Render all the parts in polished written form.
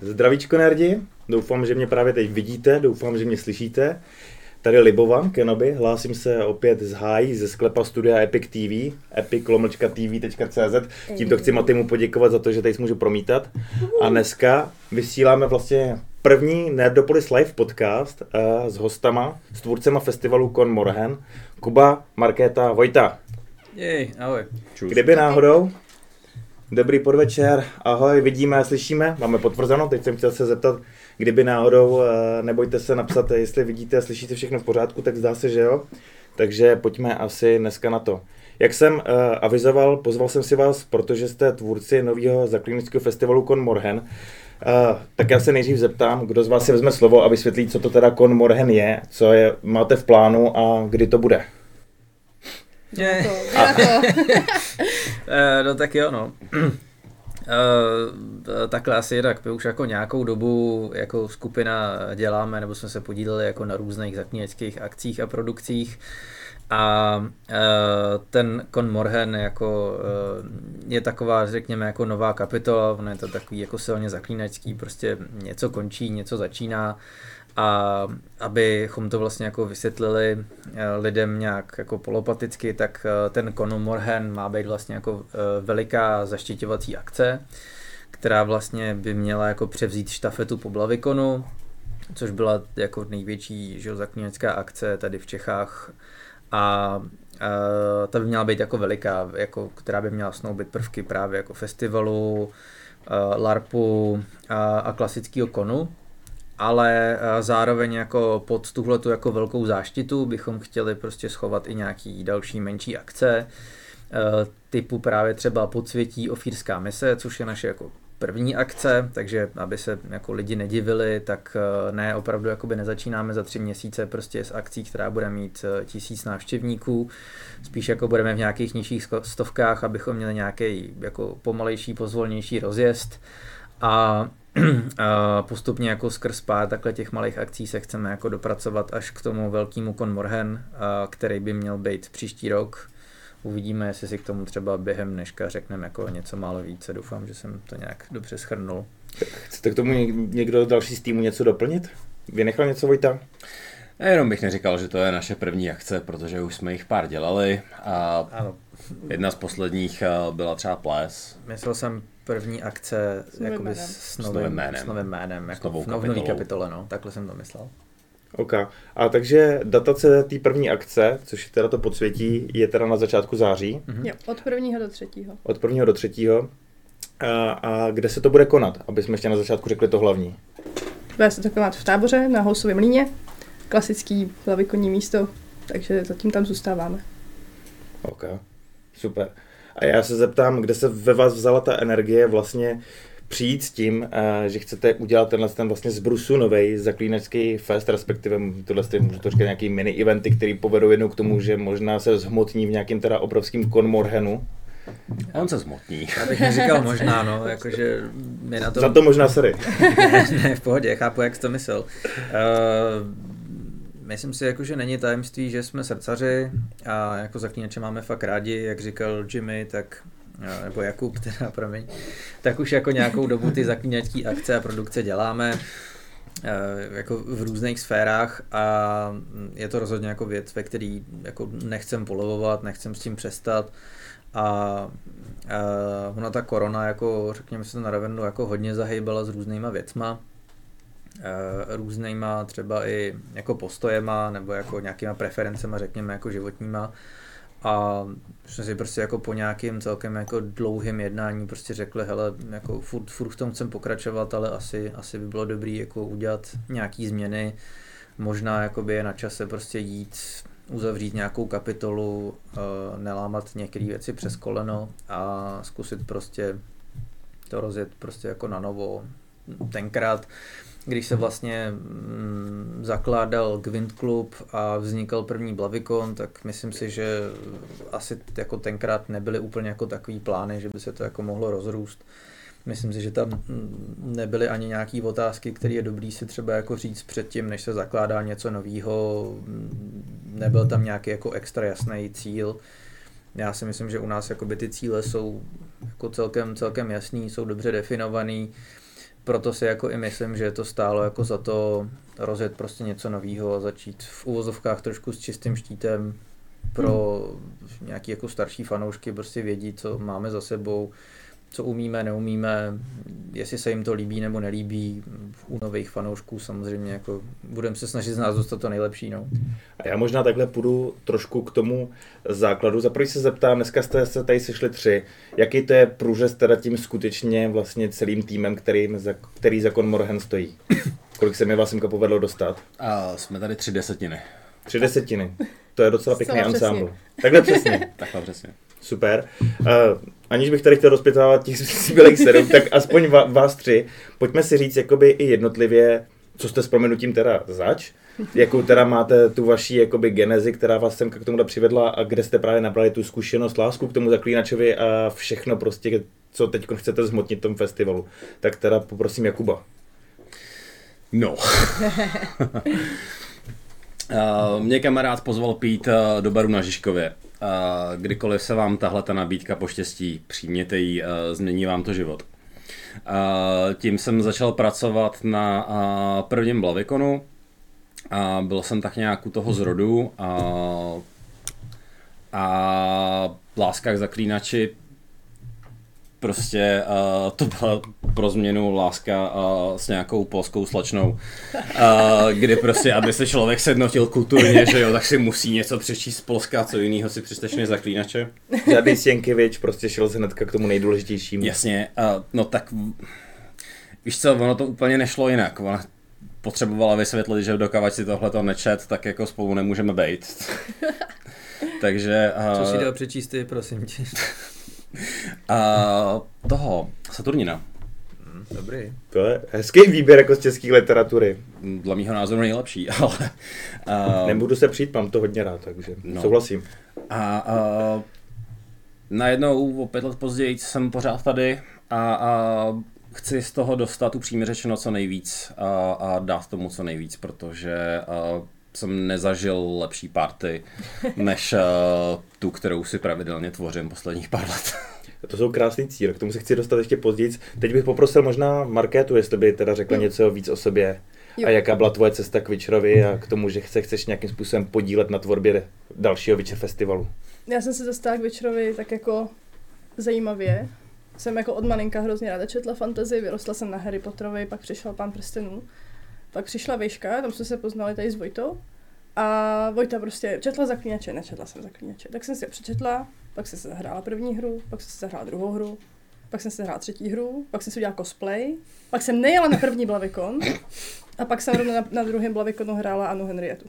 Zdravíčko nerdi, doufám, že mě právě teď vidíte, doufám, že mě slyšíte. Tady Libovan Kenobi, hlásím se opět z hájí, ze sklepa studia Epic TV, epic-tv.cz. Tímto chci Matimu poděkovat za to, že tady můžu promítat. A dneska vysíláme vlastně první Nerdopolis Live podcast s hostama, s tvůrcema festivalu Con Morhen, Kuba, Markéta, Vojta. Jej, ahoj. Čus. Kdyby náhodou, dobrý podvečer, ahoj, vidíme a slyšíme, máme potvrzeno, teď jsem chtěl se zeptat, kdyby náhodou, nebojte se napsat, jestli vidíte a slyšíte všechno v pořádku, tak zdá se, že jo, takže pojďme asi dneska na to. Jak jsem avizoval, pozval jsem si vás, protože jste tvůrci nového zaklínačského festivalu Con Morhen, tak já se nejdřív zeptám, kdo z vás si vezme slovo a vysvětlí, co to teda Con Morhen je, co je, máte v plánu a kdy to bude. No tak jo, no. Takhle asi tak, my už jako nějakou dobu jako skupina děláme, nebo jsme se podíleli jako na různých zaklínačských akcích a produkcích. A ten Con Morhen jako je taková, řekněme, jako nová kapitola, ono je to takový jako silně zaklínačský, prostě něco končí, něco začíná. A abychom to vlastně jako vysvětlili lidem nějak jako polopaticky, tak ten Con Morhen má být vlastně jako veliká zaštiťovací akce, která vlastně by měla jako převzít štafetu po Blavikonu, což byla jako největší zaklínačská akce tady v Čechách. A ta by měla být jako veliká, jako, která by měla snoubit prvky právě jako festivalu, LARPu a klasického konu. Ale zároveň jako pod tuhletu jako velkou záštitu bychom chtěli prostě schovat i nějaký další menší akce, typu právě třeba Podsvětí Ofírská mise, což je naše jako první akce, takže aby se jako lidi nedivili, tak ne, opravdu jakoby nezačínáme za 3 měsíce prostě s akcí, která bude mít 1000 návštěvníků, spíš jako budeme v nějakých nižších stovkách, abychom měli nějaký jako pomalejší, pozvolnější rozjezd a postupně jako skrz pár takhle těch malých akcí se chceme jako dopracovat až k tomu velkému Con Morhen, který by měl být příští rok. Uvidíme, jestli si k tomu třeba během dneška řekneme jako něco málo více. Doufám, že jsem to nějak dobře shrnul. Chcete k tomu někdo další z týmu něco doplnit? Vynechal něco, Vojta? Jenom bych neříkal, že to je naše první akce, protože už jsme jich pár dělali a ano. Jedna z posledních byla třeba ples. Myslel jsem první akce jakoby s novým jménem, jako v nový kapitole, no, takhle jsem to myslel. OK. A takže datace té první akce, což je teda to Podsvětí, je teda na začátku září. Jo, od 1. do 3. Od 1. do 3. A kde se to bude konat, aby jsme ještě na začátku řekli to hlavní? Bude se to konat v Táboře na Housově mlýně, klasický Blavikonní místo, takže zatím tam zůstáváme. OK, super. A já se zeptám, kde se ve vás vzala ta energie vlastně přijít s tím, že chcete udělat ten vlastně z brusu novej zaklínačský fest, respektive tohle můžu to říkat nějaký mini eventy, který povedou jednou k tomu, že možná se zhmotní v nějakým teda obrovským Con Morhenu. On se zhmotní. Já bych neříkal možná, no, jakože my na to... Za to možná sorry. ne, v pohodě, chápu, jak jsi to myslel. Myslím si, jako, že není tajemství, že jsme srdcaři a jako zaklínače máme fakt rádi, jak říkal Jimmy, tak, nebo Jakub, teda, promiň, tak už jako nějakou dobu ty zaklínačské akce a produkce děláme jako v různých sférách a je to rozhodně jako věc, ve který jako nechcem polevovat, nechcem s tím přestat a ona ta korona, jako řekněme si to na rovinu, jako hodně zahejbala s různýma věcma, různýma třeba i jako postojema nebo jako nějakýma preferencema, řekněme, jako životníma. A jsme si prostě jako po nějakým celkem jako dlouhým jednání prostě řekli, hele, jako furt v tom chcem pokračovat, ale asi by bylo dobrý jako udělat nějaký změny. Možná jakoby je na čase prostě jít, uzavřít nějakou kapitolu, nelámat některé věci přes koleno a zkusit prostě to rozjet prostě jako na novo. Tenkrát, když se vlastně zakládal Gwent Club a vznikal první Blavikon, tak myslím si, že asi jako tenkrát nebyly úplně jako takový plány, že by se to jako mohlo rozrůst. Myslím si, že tam nebyly ani nějaký otázky, které je dobrý si třeba jako říct předtím, než se zakládá něco novýho. Nebyl tam nějaký jako extra jasný cíl. Já si myslím, že u nás jakoby ty cíle jsou jako celkem jasný, jsou dobře definovaný. proto si jako i myslím, že to stálo jako za to rozjet prostě něco nového a začít v uvozovkách trošku s čistým štítem pro nějaký jako starší fanoušky, prostě vědí, co máme za sebou, co umíme, neumíme, jestli se jim to líbí nebo nelíbí. U nových fanoušků samozřejmě jako budeme se snažit z nás dostat to nejlepší. No. A já možná takhle půjdu trošku k tomu základu. Za první se zeptám, dneska jste se tady sešli 3. Jaký to je průřez teda tím skutečně vlastně celým týmem, který za Con Morhen stojí? Kolik se mi vlastně povedlo dostat? Jsme tady 3/10. 3/10. To je docela pěkný ansámbl. Takhle přesně. Takhle přesně. Super. Aniž bych tady chtěl rozpětávat těch zbylých 7, tak aspoň vás 3. Pojďme si říct jakoby i jednotlivě, co jste s prominutím teda zač, jakou teda máte tu vaší jakoby genezi, která vás sem k tomu přivedla a kde jste právě nabrali tu zkušenost, lásku k tomu Zaklínačovi a všechno prostě, co teď chcete zhmotnit v tom festivalu. Tak teda poprosím Jakuba. No. Mě kamarád pozval pít do baru na Žižkově. Kdykoliv se vám tahle ta nabídka poštěstí, přijměte ji, změní vám to život. Tím jsem začal pracovat na prvním Blavikonu a byl jsem tak nějak u toho zrodu a láska k Zaklínači, prostě to byla pro změnu láska s nějakou polskou slečnou, kdy prostě, aby se člověk sednotil kulturně, že jo, tak si musí něco přečíst z Polska, co jinýho si přečteš než Zaklínače. Žádný Sienkiewicz, prostě šel se hnedka k tomu nejdůležitějšímu. Jasně, no tak víš co, ono to úplně nešlo jinak. Ona potřebovala vysvětlit, že dokavať si tohleto nečet, tak jako spolu nemůžeme bejt. Takže... Co si dal přečíst ty, prosím tě? Toho, Saturnina. Dobrý. To je hezký výběr jako z české literatury. Dle mýho názoru nejlepší, ale... Nebudu se přijít, mám to hodně rád, takže souhlasím. Najednou o 5 let později jsem pořád tady a chci z toho dostat upřímně řečeno co nejvíc a dát tomu co nejvíc, protože jsem nezažil lepší party, než tu, kterou si pravidelně tvořím posledních pár let. To jsou krásný cíle, k tomu se chci dostat ještě později. Teď bych poprosil možná Markétu, jestli by teda řekla něco víc o sobě. Jo. A jaká byla tvoje cesta k Witcherovi a k tomu, že chceš nějakým způsobem podílet na tvorbě dalšího Witcher festivalu. Já jsem se dostala k Witcherovi tak jako zajímavě. Jsem jako od malinka hrozně ráda četla fantasy, vyrostla jsem na Harry Potterovi, pak přišel Pán prstenů. Pak přišla Vejška, tam jsme se poznali tady s Vojtou. A Vojta prostě četla Zaklínače, nečetla jsem Zaklínače. Tak jsem si je přečetla, pak jsem se zahrála první hru, pak jsem si zahrála druhou hru, pak jsem si zahrála třetí hru, pak jsem si udělala cosplay, pak jsem nejela na první Blavikon a pak jsem rovnou na druhém Blavikonu hrála Annu Henrietu.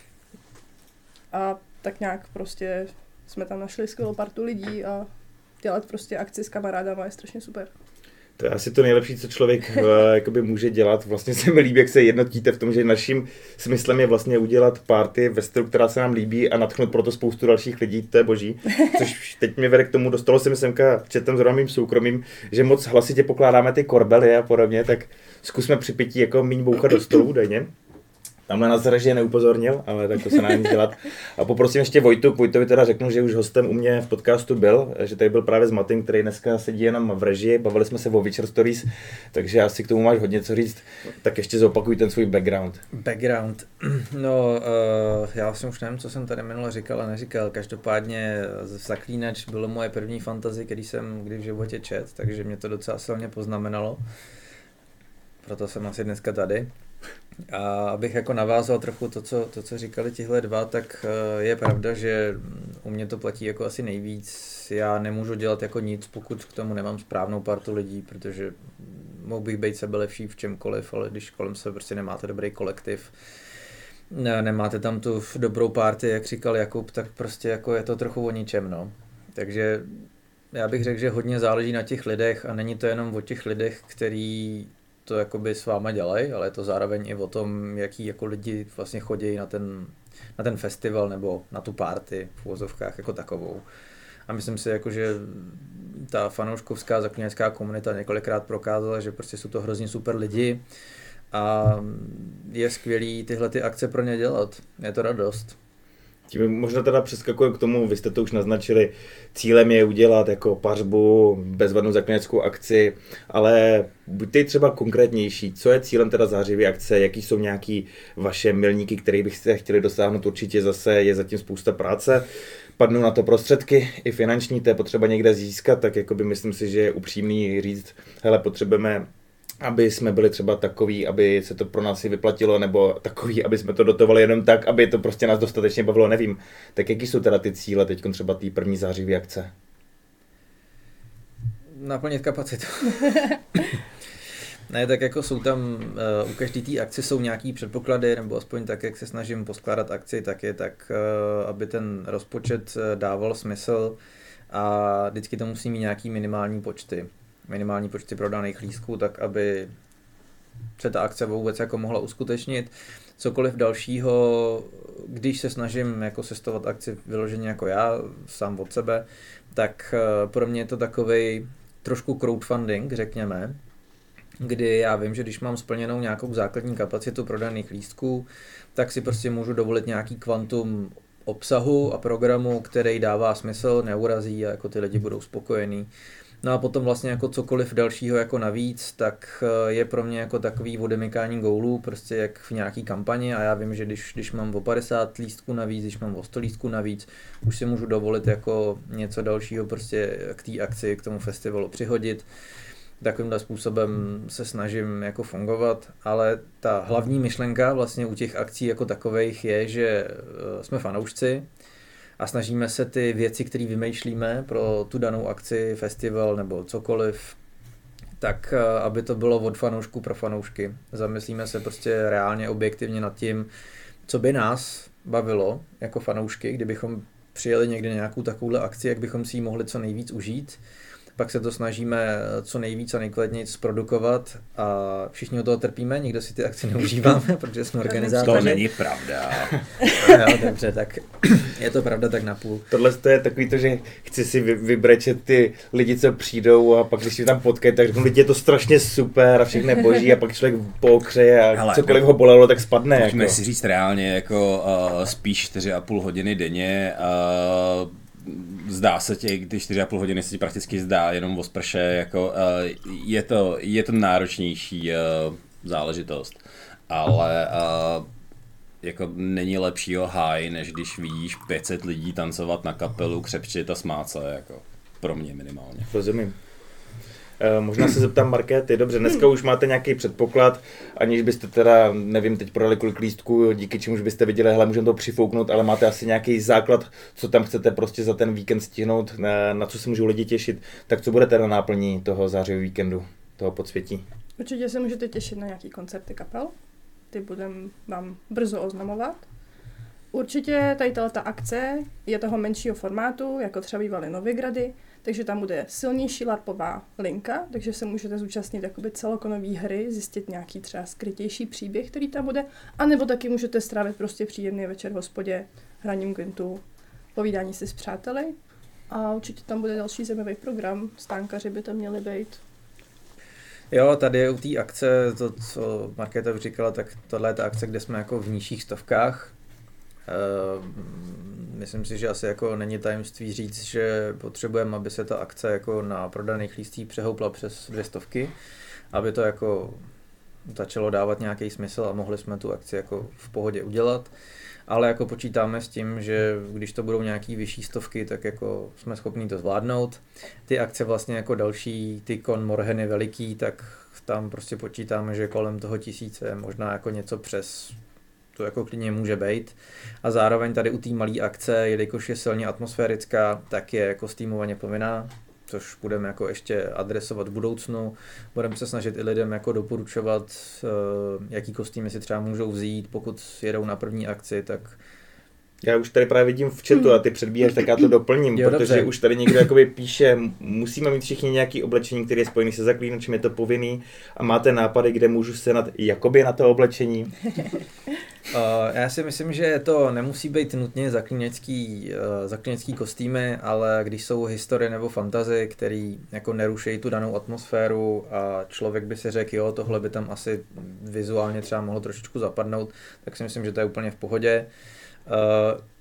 A tak nějak prostě jsme tam našli skvělou partu lidí a dělat prostě akci s kamarádama je strašně super. To je asi to nejlepší, co člověk jakoby může dělat. Vlastně se mi líbí, jak se jednotíte v tom, že naším smyslem je vlastně udělat party ve stylu, která se nám líbí a nadchnout proto spoustu dalších lidí, to je boží. Což teď mě vede k tomu, dostalo se mi semka četem zrovna mým soukromým, že moc hlasitě pokládáme ty korbely a podobně, tak zkusme při pití jako míň bouchat do stolu údajně. Tamhle nás režie neupozornil, ale tak to se nám nic dělat. A poprosím ještě Vojtovi teda řeknu, že už hostem u mě v podcastu byl, že tady byl právě s Matým, který dneska sedí jenom v režii, bavili jsme se o Witcher Stories, takže asi k tomu máš hodně co říct, tak ještě zopakuj ten svůj background. No, já jsem už nevím, co jsem tady minule říkal a neříkal, každopádně Zaklínač bylo moje první fantasy, který jsem kdy v životě čet, takže mě to docela silně poznamenalo, proto jsem asi dneska tady. A abych jako navázal trochu to, co říkali tihle dva, tak je pravda, že u mě to platí jako asi nejvíc. Já nemůžu dělat jako nic, pokud k tomu nemám správnou partu lidí, protože mohl bych být sebelepší v čemkoliv, ale když kolem se prostě nemáte dobrý kolektiv, nemáte tam tu dobrou party, jak říkal Jakub, tak prostě jako je to trochu o ničem, no. Takže já bych řekl, že hodně záleží na těch lidech a není to jenom o těch lidech, který to jakoby s váma dělají, ale je to zároveň i o tom, jaký jako lidi vlastně chodí na ten festival nebo na tu party v uvozovkách jako takovou. A myslím si, jako, že ta fanouškovská zaklínačská komunita několikrát prokázala, že prostě jsou to hrozně super lidi a je skvělý tyhle ty akce pro ně dělat. Je to radost. Tím možná teda přeskakuje k tomu, vy jste to už naznačili, cílem je udělat jako pařbu, bezvadnou zaklíneckou akci, ale buďte třeba konkrétnější, co je cílem teda zářivé akce, jaký jsou nějaký vaše milníky, které byste chtěli dosáhnout, určitě zase je zatím spousta práce, padnou na to prostředky, i finanční, to je potřeba někde získat, tak jakoby myslím si, že je upřímný říct, hele, potřebujeme, aby jsme byli třeba takový, aby se to pro nás i vyplatilo, nebo takový, aby jsme to dotovali jenom tak, aby to prostě nás dostatečně bavilo, nevím. Tak jaký jsou teda ty cíle teď třeba té první zářivé akce? Naplnit kapacitu. Ne, tak jako jsou tam, u každé té akce jsou nějaký předpoklady, nebo aspoň tak, jak se snažím poskládat akci, tak je tak, aby ten rozpočet dával smysl a vždycky to musí mít nějaký minimální počty prodaných lístků, tak aby se ta akce vůbec jako mohla uskutečnit. Cokoliv dalšího, když se snažím jako sestovat akci vyloženě jako já, sám od sebe, tak pro mě je to takovej trošku crowdfunding, řekněme, kdy já vím, že když mám splněnou nějakou základní kapacitu prodaných lístků, tak si prostě můžu dovolit nějaký kvantum obsahu a programu, který dává smysl, neurazí a jako ty lidi budou spokojení. No a potom vlastně jako cokoliv dalšího jako navíc, tak je pro mě jako takový odemykání gólů, prostě jak v nějaký kampani a já vím, že když mám o 50 lístků navíc, když mám o 100 lístků navíc, už si můžu dovolit jako něco dalšího prostě k té akci, k tomu festivalu přihodit. Takovýmhle způsobem se snažím jako fungovat, ale ta hlavní myšlenka vlastně u těch akcí jako takových je, že jsme fanoušci a snažíme se ty věci, které vymýšlíme pro tu danou akci, festival nebo cokoliv, tak aby to bylo od fanoušků pro fanoušky. Zamyslíme se prostě reálně objektivně nad tím, co by nás bavilo jako fanoušky, kdybychom přijeli někdy na nějakou takovouhle akci, jak bychom si ji mohli co nejvíc užít. Pak se to snažíme co nejvíc a nejkvalitněji zprodukovat a všichni od toho trpíme, nikdo si ty akce neužíváme, protože jsme organizátoři. To není pravda. Jo, dobře, tak je to pravda tak napůl. Tohle je takový to, že chci si vybrečet ty lidi, co přijdou a pak když si tam potkají, tak řeknu, lidi, je to strašně super a všechno je boží a pak člověk pokřeje a hele, cokoliv ho bolelo, tak spadne. Můžeme jako. si říct reálně, jako spíš 4,5 hodiny denně, zdá se ti, ty 4,5 hodiny se ti prakticky zdá jenom o sprše, jako, je to náročnější záležitost, ale jako není lepšího high, než když vidíš 500 lidí tancovat na kapelu, křepčit a smát se, jako pro mě minimálně. Rozumím. Možná se zeptám Markéty, dobře, dneska už máte nějaký předpoklad, aniž byste teda, nevím, teď prodali kolik lístků, díky čemuž byste viděli, hele, můžeme to přifouknout, ale máte asi nějaký základ, co tam chcete prostě za ten víkend stihnout, na co se můžou lidi těšit, tak co bude teda náplní toho zářivého víkendu, toho podsvětí? Určitě se můžete těšit na nějaký koncerty kapel, ty budeme vám brzo oznamovat. Určitě tady ta akce je toho menšího formátu, jako třeba bývaly Novigrady, takže tam bude silnější larpová linka, takže se můžete zúčastnit jakoby celokonové hry, zjistit nějaký třeba skrytější příběh, který tam bude, anebo taky můžete strávit prostě příjemný večer v hospodě, hraním Gwintu, povídání si s přáteli a určitě tam bude další zajímavý program, stánkaři by tam měli být. Jo, tady je u té akce, to, co Markéta už říkala, tak tohle je ta akce, kde jsme jako v nižších stovkách. Myslím si, že asi jako není tajemství říct, že potřebujeme, aby se ta akce jako na prodaných lístcích přehoupla přes 200, aby to jako začalo dávat nějaký smysl a mohli jsme tu akci jako v pohodě udělat. Ale jako počítáme s tím, že když to budou nějaký vyšší stovky, tak jako jsme schopni to zvládnout. Ty akce vlastně jako další, ty Con Morheny veliký, tak tam prostě počítáme, že kolem toho 1000, možná jako něco přes, to jako klidně může být. A zároveň tady u té malé akce, jelikož je silně atmosférická, tak je kostýmovaně povinná, což budeme jako ještě adresovat v budoucnu. Budeme se snažit i lidem jako doporučovat, jaký kostýmy si třeba můžou vzít, pokud jedou na první akci, tak já už tady právě vidím v chatu a ty předbíháš, tak já to doplním, jo, protože dobře. už tady někdo jakoby píše, musíme mít všichni nějaké oblečení, které je spojené se zaklínačem, je to povinný a máte nápady, kde můžu senat jakoby na to oblečení? Já si myslím, že to nemusí být nutně zaklínecký kostýmy, ale když jsou historie nebo fantasy, který jako nerušejí tu danou atmosféru a člověk by si řekl, jo, tohle by tam asi vizuálně třeba mohlo trošičku zapadnout, tak si myslím, že to je úplně v pohodě.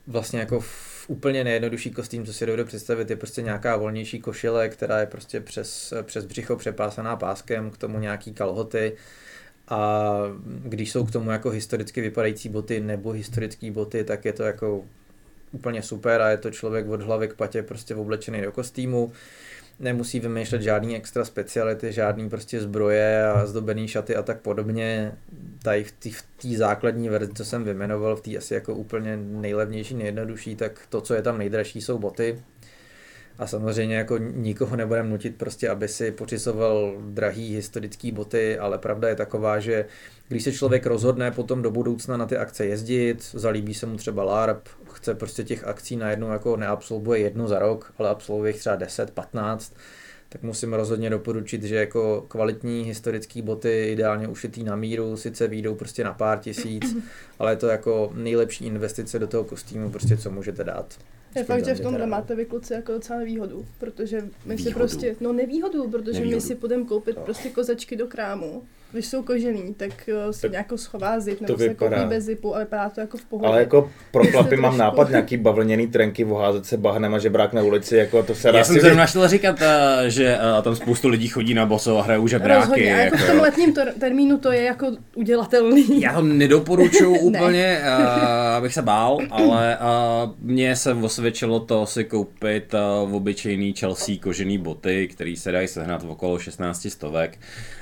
vlastně jako úplně nejjednodušší kostým, co si dovedu představit, je prostě nějaká volnější košile, která je prostě přes břicho přepásaná páskem, k tomu nějaký kalhoty. A když jsou k tomu jako historicky vypadající boty nebo historické boty, tak je to jako úplně super a je to člověk od hlavy k patě prostě oblečený do kostýmu. Nemusí vymýšlet žádný extra speciality, žádný prostě zbroje a zdobený šaty a tak podobně. Tady v té základní verzi, co jsem vyjmenoval, v té asi jako úplně nejlevnější, nejjednodušší, tak to, co je tam nejdražší, jsou boty. A samozřejmě jako nikoho nebudeme nutit prostě, aby si pořizoval drahý historický boty, ale pravda je taková, že když se člověk rozhodne potom do budoucna na ty akce jezdit, zalíbí se mu třeba LARP, chce prostě těch akcí najednou jako neabsolvuje jednu za rok, ale absolvuje jich třeba 10, 15, tak musím rozhodně doporučit, že jako kvalitní historické boty, ideálně ušitý na míru, sice vyjdou prostě na pár tisíc, ale je to jako nejlepší investice do toho kostýmu, prostě co můžete dát. Je fakt, že v tomhle máte vy kluci jako docela nevýhodu, protože my si prostě, nevýhodu, protože my si půjdeme koupit prostě kozačky do krámu. Když jsou kožený, tak se nějak schová zip, nebo se koupí bez zipu a vypadá to jako v pohodě. Ale jako pro chlapy mám nápad, nějaký bavlněný trenky, oházet se bahnem a žebrák na ulici, jako to se dá. Já jsem se chtěl říkat, že tam spoustu lidí chodí na boso a hrajou žebráky. Rozhodně, jako v tom letním termínu to je jako udělatelný. Já ho nedoporučuju úplně, abych se bál, ale mně se osvědčilo to si koupit obyčejný Chelsea kožený boty, který se dají sehnat v okolo 16 stovek.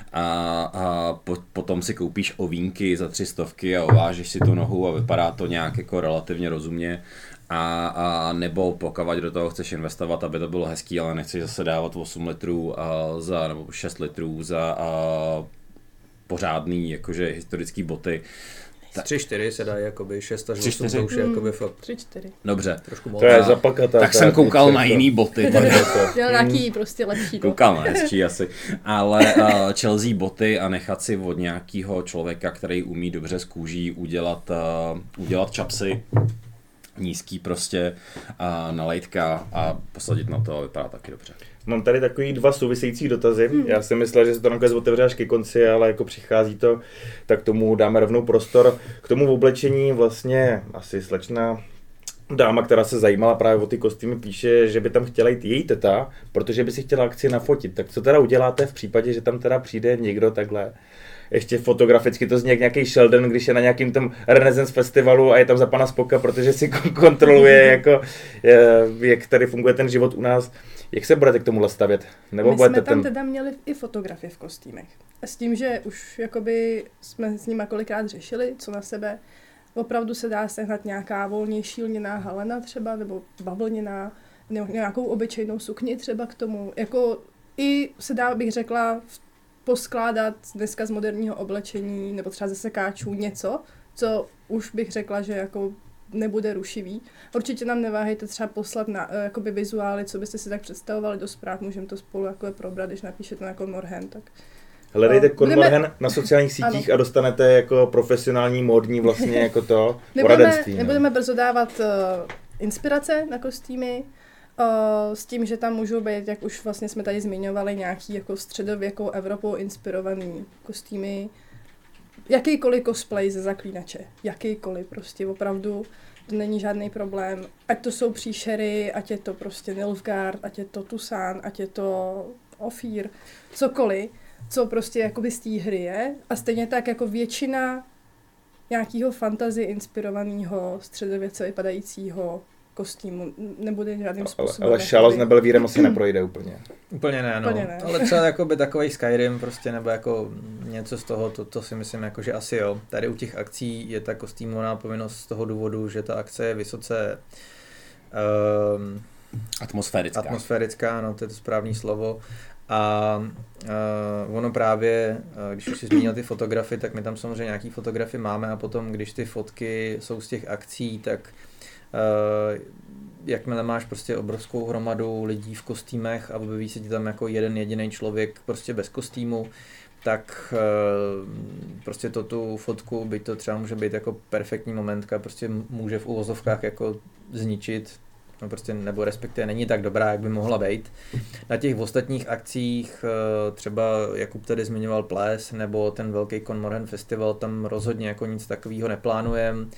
A potom si koupíš ovínky za 300 a ovážeš si tu nohu a vypadá to nějak jako relativně rozumně. A nebo pokud do toho chceš investovat, aby to bylo hezký, ale nechceš zase dávat 8 litrů nebo 6 litrů za pořádný jakože historický boty. 3-4 se dá jakoby 6 až 8, to už je jakoby fakt. 3-4. Dobře. Trošku to je zapakatá. Tak jsem koukal na jiný boty. Měl nějaký prostě lepší. Koukal na hezčí asi. Ale Chelsea boty a nechat si od nějakého člověka, který umí dobře z kůží udělat čapsy nízký prostě na lejtka a posadit na to a vypadá taky dobře. Mám tady takový 2 související dotazy. Já jsem myslel, že se to nakonec otevře až ke konci, ale jako přichází to, tak tomu dáme rovnou prostor. K tomu oblečení vlastně asi slečna dáma, která se zajímala právě o ty kostýmy, píše, že by tam chtěla jít její teta, protože by si chtěla akci nafotit. Tak co teda uděláte v případě, že tam teda přijde někdo takhle? Ještě fotograficky to zní jak nějaký Sheldon, když je na nějakým tom Renaissance festivalu a je tam za pana Spoka, protože si kontroluje, jako, jak tady funguje ten život u nás. Jak se budete k tomu stavět? Nebo my jsme tam teda měli i fotografie v kostýmech. A s tím, že už jakoby jsme s nima kolikrát řešili, co na sebe, opravdu se dá sehnat nějaká volnější lněná halena třeba, nebo bavlněná, nebo nějakou obyčejnou sukni třeba k tomu. Jako i se dá, bych řekla, poskládat dneska z moderního oblečení, nebo třeba ze sekáčů něco, co už bych řekla, že jako nebude rušivý. Určitě nám neváhejte třeba poslat na jakoby vizuály, co byste si tak představovali do zpráv, můžeme to spolu jako probrat, když napíšete na Conmorhen, tak hledejte Conmorhen na sociálních sítích a dostanete jako profesionální módní vlastně jako to poradenství. Nebudeme brzo dávat inspirace na kostýmy, s tím, že tam můžou být, jak už vlastně jsme tady zmiňovali, nějaký jako středověkou Evropou inspirovaný kostýmy. Jakýkoliv cosplay ze Zaklínače, jakýkoliv prostě opravdu, to není žádný problém. Ať to jsou příšery, ať je to prostě Nilfgaard, ať je to Tucson, ať je to Ophir, cokoliv, co prostě jakoby z té hry je. A stejně tak jako většina nějakého fantasy inspirovaného středověce vypadajícího kostýmu nebude žádným způsobem. Ale šála s Nebelvírem asi neprojde úplně. Úplně ne, no. Úplně ne. Ale třeba jakoby takový Skyrim prostě, nebo jako něco z toho, to si myslím jako, že asi jo. Tady u těch akcí je ta kostýmová povinnost z toho důvodu, že ta akce je vysoce atmosférická, no to je to správné slovo. A ono právě, když už si zmínil ty fotografy, tak my tam samozřejmě nějaký fotografy máme a potom, když ty fotky jsou z těch akcí, tak jakmile máš prostě obrovskou hromadu lidí v kostýmech a objeví se ti tam jako jeden jediný člověk prostě bez kostýmu, tak prostě to tu fotku, byť to třeba může být jako perfektní momentka, prostě může v uvozovkách jako zničit, no prostě, nebo respektive není tak dobrá, jak by mohla být. Na těch ostatních akcích, třeba Jakub tady zmiňoval ples, nebo ten velký Conmorhen festival, tam rozhodně jako nic takového neplánujeme.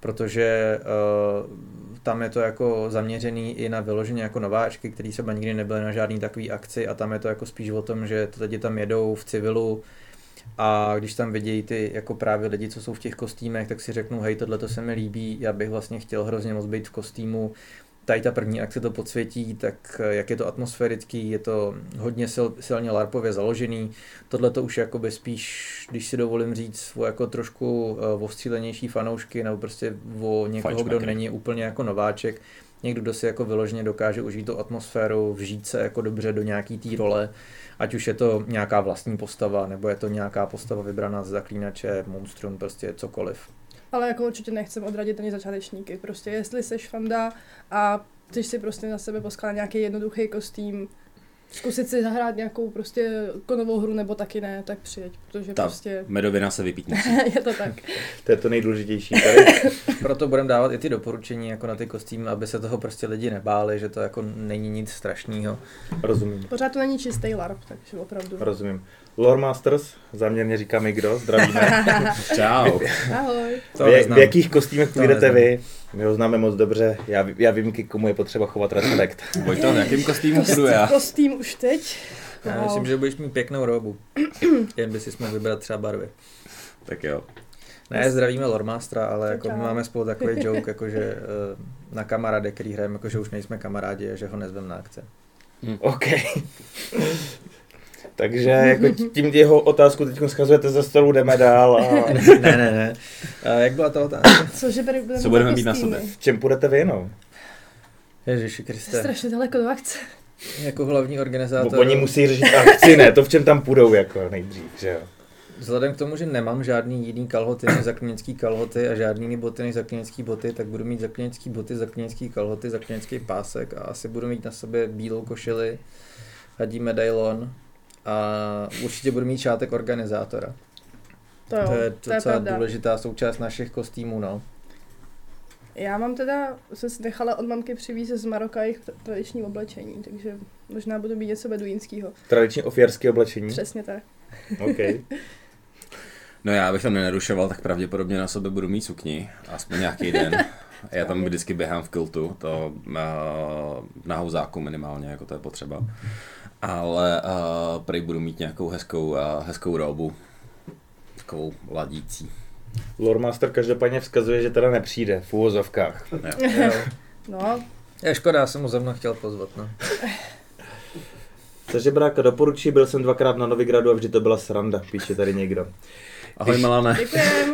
protože tam je to jako zaměřený i na vyloženě jako nováčky, kteří třeba nikdy nebyli na žádný takový akci a tam je to jako spíš o tom, že ty lidi tam jedou v civilu a když tam vidějí ty jako právě lidi, co jsou v těch kostýmech, tak si řeknou, hej, tohle to se mi líbí, já bych vlastně chtěl hrozně moc být v kostýmu. Tady ta první akce to podsvětí, tak jak je to atmosférický, je to hodně silně larpově založený. Tohle to už jakoby spíš, když si dovolím říct, o jako trošku ostřílenější fanoušky nebo prostě o někoho, kdo není úplně jako nováček. Někdo, kdo si jako vyloženě dokáže užít tu atmosféru, vžít se jako dobře do nějaký té role, ať už je to nějaká vlastní postava, nebo je to nějaká postava vybraná z Zaklínače, Monstrum, prostě cokoliv. Ale jako určitě nechcem odradit ani začátečníky. Prostě jestli seš fanda a chceš si prostě na sebe poskládat nějaký jednoduchý kostým, zkusit si zahrát nějakou prostě konovou hru nebo taky ne, tak přijeď, protože Ta prostě... medovina se vypít musí. Je to tak. To je to nejdůležitější tady. Proto budeme dávat i ty doporučení jako na ty kostýmy, aby se toho prostě lidi nebáli, že to jako není nic strašného. Rozumím. Pořád to není čistý LARP, takže opravdu. Rozumím. Lore Masters, záměrně říkám i kdo, zdravíme. Čau. Ahoj. V jakých kostýmech půjdete vy? My ho známe moc dobře, já vím, k komu je potřeba chovat respekt. Vojto, v jakým kostýmu půjdu já? Kostým už teď. Já myslím, že budeš mít pěknou robu. Jen by si mohl vybrat třeba barvy. Tak jo. Ne, zdravíme Loremastera, ale jako my máme spolu takový joke, jakože na kamaráde, který hrajeme, jakože už nejsme kamarádi a že ho nezvem na akce. OK. Takže jako tím jeho otázku teď schazujete ze stolu, jdeme dál. A... Ne. Jak byla ta otázka? Co budeme mít na sobě? V čem půjdete vy, no? Ježiši Kriste. Strašně daleko do akce. Jako hlavní organizátor. Oni musí řešit akci, ne? To v čem tam půjdou jako nejdřív, že jo? Vzhledem k tomu, že nemám žádný jiný kalhoty než zaklínecký kalhoty a žádný jiný boty než zaklínecký boty, tak budu mít zaklínecký boty, zaklínecký kalhoty, zaklínecký pásek a asi budu mít na sobě bílou košili, hadí medailon a určitě budu mít šátek organizátora. To je docela důležitá součást našich kostýmů, no. Já mám teda, se nechala od mamky přivízt z Maroka jejich tradiční oblečení, takže možná budu mít něco beduínského. Tradiční ofiarské oblečení? Přesně tak. OK. No já bych to nenarušoval, tak pravděpodobně na sobě budu mít sukni, aspoň nějaký den. Já tam vždycky běhám v kiltu, to na houzáku minimálně, jako to je potřeba. Ale prej budu mít nějakou hezkou robu, takovou ladící. Loremaster každopádně vzkazuje, že teda nepřijde v úvozovkách. No. Je škoda, já jsem mu zrovna chtěl pozvat, no. Takže bráka doporučí, byl jsem 2krát na Novigradu a vždy to byla sranda, píše tady někdo. Ahoj Milane. Děkujem.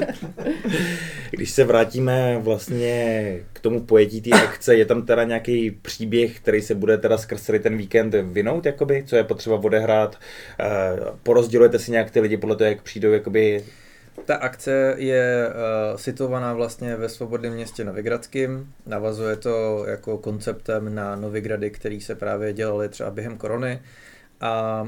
Když se vrátíme vlastně k tomu pojetí té akce, je tam teda nějaký příběh, který se bude teda skrz ten víkend vinout, jakoby, co je potřeba odehrát, porozdělujete si nějak ty lidi podle toho, jak přijdou, jakoby... Ta akce je situovaná vlastně ve Svobodném městě Novigradském. Navazuje to jako konceptem na Novigrady, který se právě dělaly třeba během korony. A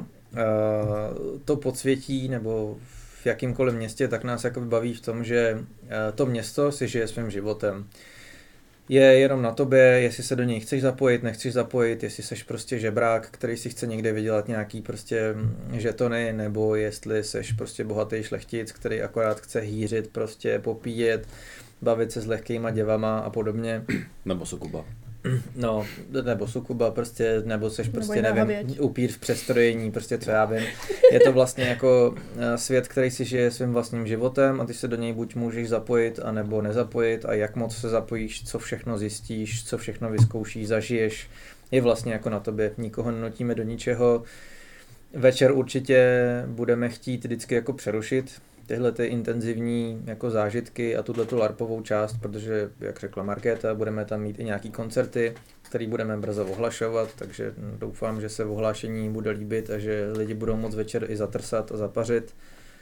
to podsvětí nebo v jakýmkoliv městě tak nás jakoby baví v tom, že to město si žije svým životem. Je jenom na tobě, jestli se do něj chceš zapojit, nechceš zapojit, jestli seš prostě žebrák, který si chce někde vydělat nějaký prostě žetony, nebo jestli seš prostě bohatý šlechtic, který akorát chce hýřit, prostě popíjet, bavit se s lehkýma děvama a podobně. Nebo sukuba. No, nebo sukuba prostě, nebo seš prostě, nebo nevím, upír v přestrojení, prostě co já vím. Je to vlastně jako svět, který si žije svým vlastním životem a ty se do něj buď můžeš zapojit, anebo nezapojit a jak moc se zapojíš, co všechno zjistíš, co všechno vyzkoušíš, zažiješ, je vlastně jako na tobě. Nikoho nenutíme do ničeho. Večer určitě budeme chtít vždycky jako přerušit tyhle ty intenzivní jako zážitky a tuto larpovou část, protože, jak řekla Markéta, budeme tam mít i nějaký koncerty, který budeme brzo ohlašovat, takže doufám, že se ohlášení bude líbit a že lidi budou moc večer i zatrsat a zapařit.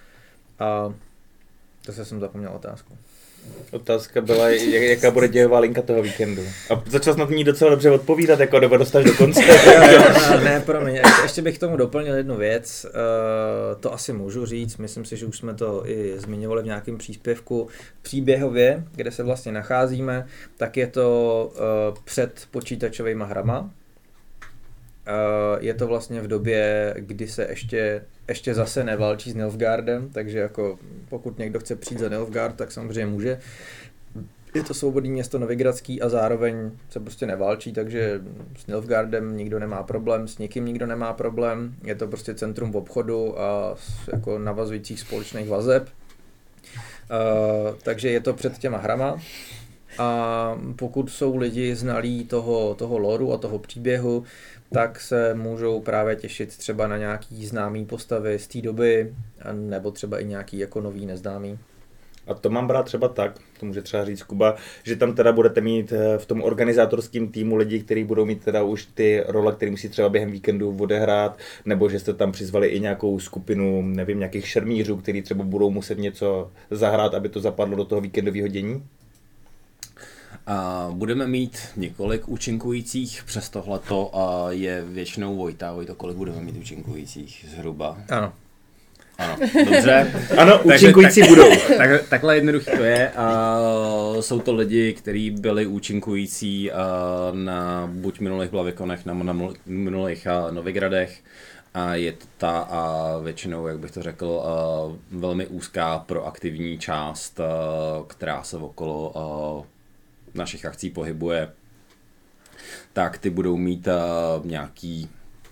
A to jsem zapomněl otázku. Otázka byla, jaká bude dějová linka toho víkendu. A začal snad ní docela dobře odpovídat, jako nebo dostáš do konce. Ne, promiň, ještě bych k tomu doplnil jednu věc, to asi můžu říct, myslím si, že už jsme to i zmiňovali v nějakém příspěvku. Příběhově, kde se vlastně nacházíme, tak je to před počítačovými hrama. Je to vlastně v době, kdy se ještě zase neválčí s Nilfgaardem, takže jako pokud někdo chce přijít za Nilfgaard, tak samozřejmě může. Je to svobodné město Novigradský a zároveň se prostě neválčí, takže s Nilfgaardem nikdo nemá problém, s nikým nikdo nemá problém. Je to prostě centrum obchodu a jako navazujících společných vazeb. Takže je to před těma hrama. A pokud jsou lidi znalí toho lore a toho příběhu, tak se můžou právě těšit třeba na nějaký známý postavy z té doby, nebo třeba i nějaký jako nový neznámý. A to mám brát třeba tak, to může třeba říct Kuba, že tam teda budete mít v tom organizátorském týmu lidi, kteří budou mít teda už ty role, které musí třeba během víkendu odehrát, nebo že jste tam přizvali i nějakou skupinu, nevím, nějakých šermířů, kteří třeba budou muset něco zahrát, aby to zapadlo do toho víkendového dění? A budeme mít několik účinkujících, přes tohleto je většinou Vojta. Vojto, kolik budeme mít účinkujících zhruba? Ano. Ano, dobře. Ano, účinkující budou. Takhle jednoduchý to je. Jsou to lidi, kteří byli účinkující na buď minulých Blavikonech, nebo na minulých Novigradech. A je to ta většinou, jak bych to řekl, velmi úzká proaktivní část, která se okolo našich akcí pohybuje. Tak ty budou mít nějaký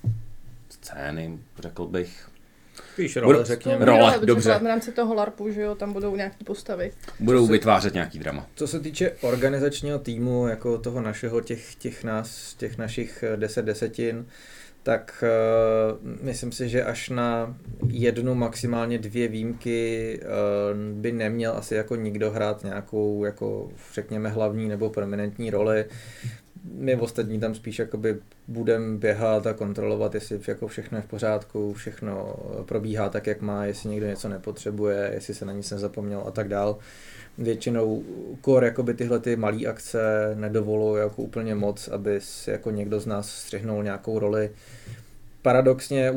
scény, řekl bych. Spíš role, řekněme. Role, dobře. V rámci toho LARPu, že jo, tam budou nějaký postavy. Budou vytvářet nějaký drama. Co se týče organizačního týmu, jako toho našeho, těch našich 10 desetin, tak myslím si, že až na jednu, maximálně 2 výjimky by neměl asi jako nikdo hrát nějakou, jako řekněme, hlavní nebo prominentní roli. My ostatní tam spíš jakoby budeme běhat a kontrolovat, jestli jako všechno je v pořádku, všechno probíhá tak, jak má, jestli někdo něco nepotřebuje, jestli se na nic nezapomněl a tak dál. Většinou core jakoby tyhle ty malé akce nedovolují jako úplně moc, aby si jako někdo z nás střihnul nějakou roli. Paradoxně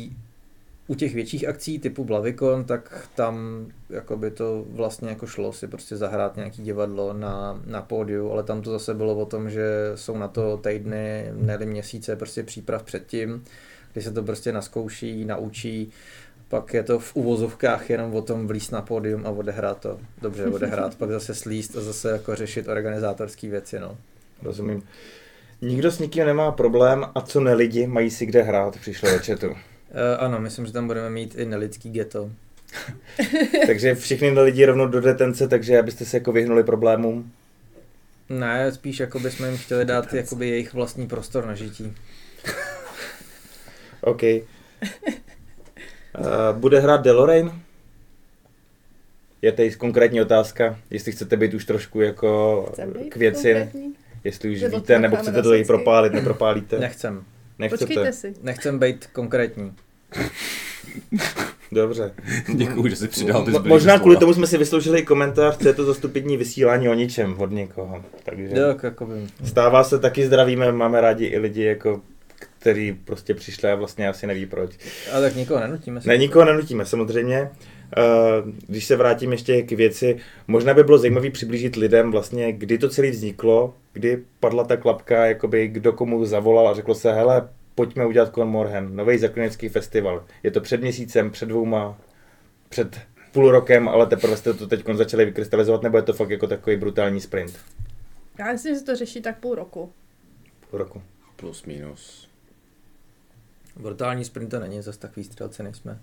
u těch větších akcí typu Blavikon, tak tam jakoby to vlastně jako šlo si prostě zahrát nějaký divadlo na pódiu, ale tam to zase bylo o tom, že jsou na to týdny, ne měsíce prostě příprav předtím, kdy se to prostě naskouší, naučí. Pak je to v uvozovkách jenom o tom vlízt na pódium a odehrát to. Dobře odehrát, pak zase slíst a zase jako řešit organizátorské věci, no. Rozumím. Nikdo s nikým nemá problém a co nelidi mají si kde hrát, přišlo do chatu. Ano, myslím, že tam budeme mít i nelidský ghetto. Takže všichni lidi rovnou do detence, takže abyste se jako vyhnuli problémům? Ne, spíš jako bychom jim chtěli dát jakoby jejich vlastní prostor na žití. OK. Bude hrát DeLorean? Je tady konkrétní otázka, jestli chcete být už trošku jako k věci, konkrétní? Jestli už víte, nebo chcete to propálit, nepropálíte? Nechcem. Nechcete? Počkejte si. Nechcem být konkrétní. Dobře. Děkuju, že jsi přidal ty zbylý Možná slova. kvůli tomu jsme si vysloužili komentář, co je to za stupidní vysílání o ničem od někoho. Takže stává se, taky zdravíme, máme rádi i lidi, jako, kteří prostě přišli a vlastně asi neví proč. Ale tak nikoho nenutíme. Ne, nikoho nenutíme, samozřejmě. Když se vrátím ještě k věci, možná by bylo zajímavé přiblížit lidem vlastně, kdy to celé vzniklo, kdy padla ta klapka, jakoby kdo komu zavolal a řeklo se, hele, pojďme udělat Con Morhen, nový zaklínecký festival. Je to před měsícem, před 2, před půl rokem, ale teprve jste to teď začali vykrystalizovat, nebo je to fakt jako takový brutální sprint? Já myslím, že se to řeší tak půl roku. Půl roku. Plus minus. Brutální sprint to není, zase takový střelci nejsme.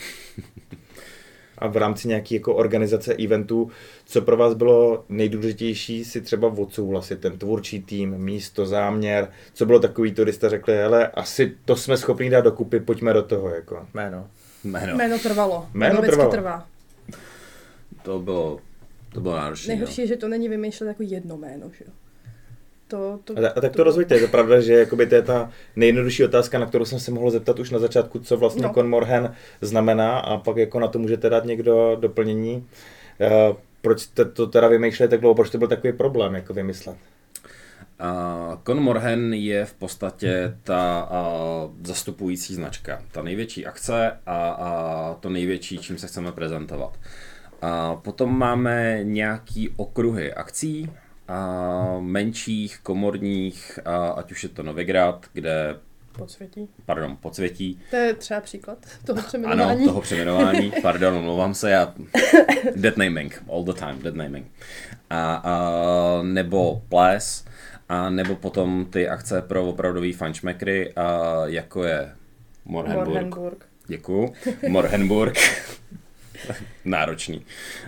A v rámci nějaké jako organizace eventů, co pro vás bylo nejdůležitější si třeba odsouhlasit, ten tvůrčí tým, místo, záměr, co bylo takový to, kdy jste řekli, hele, asi to jsme schopni dát dokupy, pojďme do toho, jako. Jméno trvalo. Jméno trvalo. Trvá. To bylo náročné. Nejhorší je, že to není vymýšlet jako jedno jméno, že jo. A tak to rozvíjte, je to pravda, že jakoby to je ta nejjednodušší otázka, na kterou jsem se mohl zeptat už na začátku, co vlastně Con Morhen znamená, a pak jako na to můžete dát někdo doplnění. Proč jste to teda vymýšleli tak dlouho, proč to byl takový problém jako vymyslet? Con Morhen je v podstatě ta zastupující značka, ta největší akce a to největší, čím se chceme prezentovat. Potom máme nějaký okruhy akcí, menších, komorních, ať už je to Novigrad, kde Podsvětí. To je třeba příklad toho přeměnování. Ano, toho přeměnování, pardon, omlouvám se, já dead naming, all the time, dead naming. A nebo ples, a nebo potom ty akce pro opravdový fajnšmekry, jako je Morhenburg. Děkuju. Morhenburg. Náročný.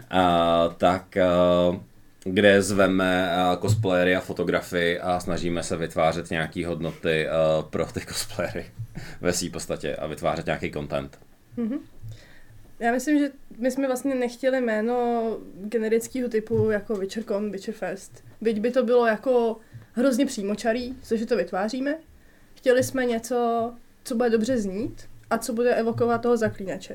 Kde zveme cosplayery a fotografy a snažíme se vytvářet nějaké hodnoty pro ty cosplayery ve své podstatě a vytvářet nějaký content. Mm-hmm. Já myslím, že my jsme vlastně nechtěli jméno generického typu jako WitcherCon, WitcherFest. Byť by to bylo jako hrozně přímočarý, což to vytváříme. Chtěli jsme něco, co bude dobře znít a co bude evokovat toho zaklínače.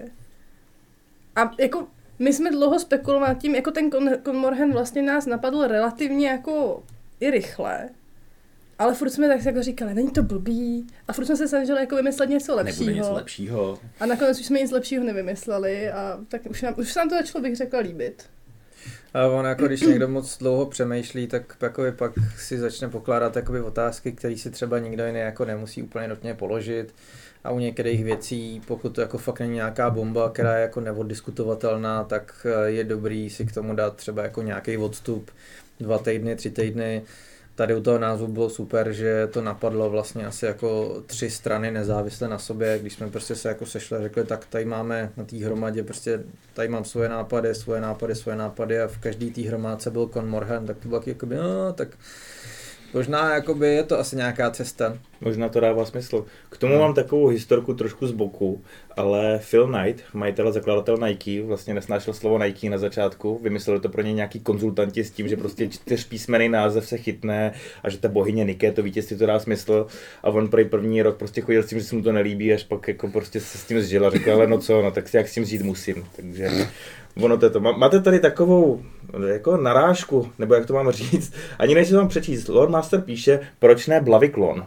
A jako my jsme dlouho spekulovali nad tím, jako ten Con Morhen vlastně nás napadl relativně jako i rychle, ale furt jsme tak jako říkali, není to blbý, a furt jsme se snažili jako vymyslet něco lepšího. Nebude něco lepšího. A nakonec už jsme nic lepšího nevymysleli a tak už se nám to začalo, bych řekla, líbit. A on jako když někdo moc dlouho přemýšlí, tak pak si začne pokládat otázky, které si třeba nikdo jiný jako nemusí úplně nutně položit. A u některých věcí, pokud to jako fakt není nějaká bomba, která je jako neoddiskutovatelná, tak je dobrý si k tomu dát třeba jako nějaký odstup 2 týdny, 3 týdny. Tady u toho názvu bylo super, že to napadlo vlastně asi jako 3 strany nezávisle na sobě, když jsme prostě se jako sešli a řekli, tak tady máme na té hromadě prostě, tady mám svoje nápady a v každé té hromádce byl Con Morhen, tak to bylo jakoby, no, tak možná jakoby je to asi nějaká cesta. Možná to dává smysl. K tomu mám takovou historku trošku z boku, ale Phil Knight, majitel a zakladatel Nike, vlastně nesnášel slovo Nike na začátku, vymysleli to pro ně nějaký konzultanti s tím, že prostě 4písmenný název se chytne a že ta bohyně Nike, to vítězství to dá smysl, a on první rok prostě chodil s tím, že se mu to nelíbí, až pak jako prostě se s tím zžil a řekl, ale no co, no tak si jak s tím žít musím, takže ono to je to. Máte tady takovou jako narážku, nebo jak to mám říct, ani než si vám přečíst, Lord Master píše, proč ne Blaviklon?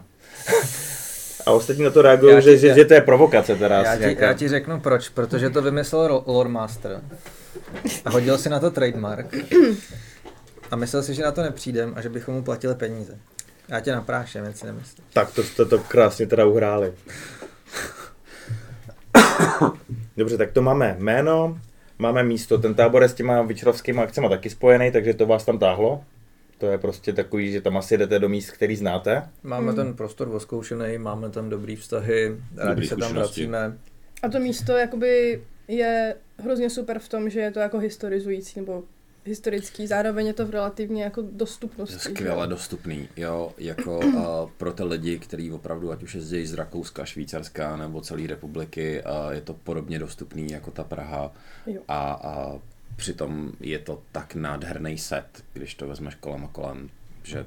A ostatní na to reagují, že to je provokace teda. Já ti řeknu proč, protože to vymyslel Lord Master a hodil si na to trademark a myslel si, že na to nepřijdem a že bychom mu platili peníze. Já tě napráším, jen si nemyslím. Tak to jste to krásně teda uhráli. Dobře, tak to máme jméno, máme místo, ten tábor je s těma witcherovskými akcemi taky spojený, takže to vás tam táhlo. To je prostě takový, že tam asi jdete do míst, který znáte. Máme ten prostor oskoušený, máme tam dobrý vztahy, rádi se tam vracíme. A to místo jakoby je hrozně super v tom, že je to jako historizující nebo historický, zároveň je to v relativně jako dostupnosti. Skvěle dostupný, jo, jako pro ty lidi, kteří opravdu, ať už jezdí z Rakouska, Švýcarska nebo celé republiky, je to podobně dostupný jako ta Praha. A přitom je to tak nádherný set, když to vezmeš kolem a kolem, že...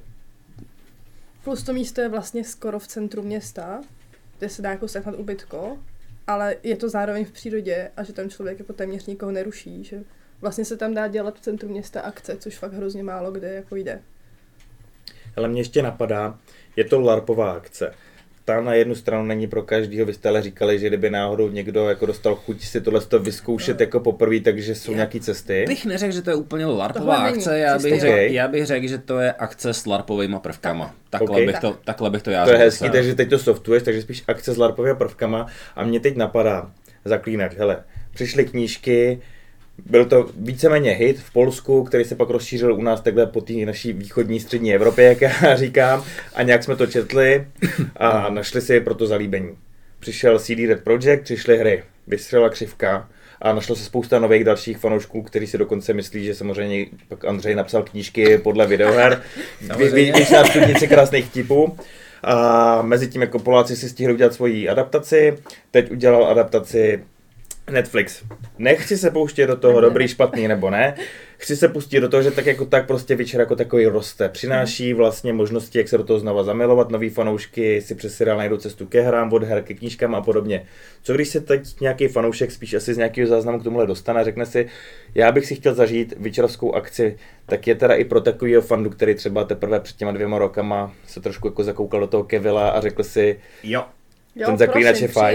Plus to místo je vlastně skoro v centru města, kde se dá jako sehnat ubytko, ale je to zároveň v přírodě a že tam člověk jako téměř nikoho neruší, že vlastně se tam dá dělat v centru města akce, což fakt hrozně málo kde jako jde. Ale mě ještě napadá, je to LARPová akce. Ta na jednu stranu není pro každýho, vy jste ale říkali, že kdyby náhodou někdo jako dostal chuť si tohle vyzkoušet jako poprvé, takže jsou nějaký cesty. Bych neřekl, že to je úplně LARPová akce, já bych řekl, že to je akce s LARPovými prvkama. Takhle bych to já řekl. To je hezký, takže teď to softuješ, takže spíš akce s LARPovými prvkama a mě teď napadá Zaklínač, hele, přišly knížky, byl to víceméně hit v Polsku, který se pak rozšířil u nás takhle po té naší východní střední Evropě, jak já říkám, a nějak jsme to četli a našli si pro to zalíbení. Přišel CD Red Project, přišly hry, vystřelila křivka a našlo se spousta nových dalších fanoušků, kteří si dokonce myslí, že samozřejmě pak Andřej napsal knížky podle videoher, většina studnici krásných tipů. A mezi tím jako Poláci si stihli udělat svoji adaptaci, teď udělal adaptaci Netflix. Nechci se pouštět do toho dobrý, špatný nebo ne. Chci se pustit do toho, že tak jako tak prostě Witcher jako takový roste. Přináší vlastně možnosti, jak se do toho znova zamilovat, nový fanoušky si přes seriál najdou cestu ke hrám, od her ke knížkám a podobně. Co když se teď nějaký fanoušek spíš asi z nějakého záznamu k tomuhle dostane a řekne si, já bych si chtěl zažít Witcherovskou akci, tak je teda i pro takovýho fandu, který třeba teprve před těma 2 rokama se trošku jako zakoukal do toho Kevila a řekl si, jo ten Zaklínač je fajn.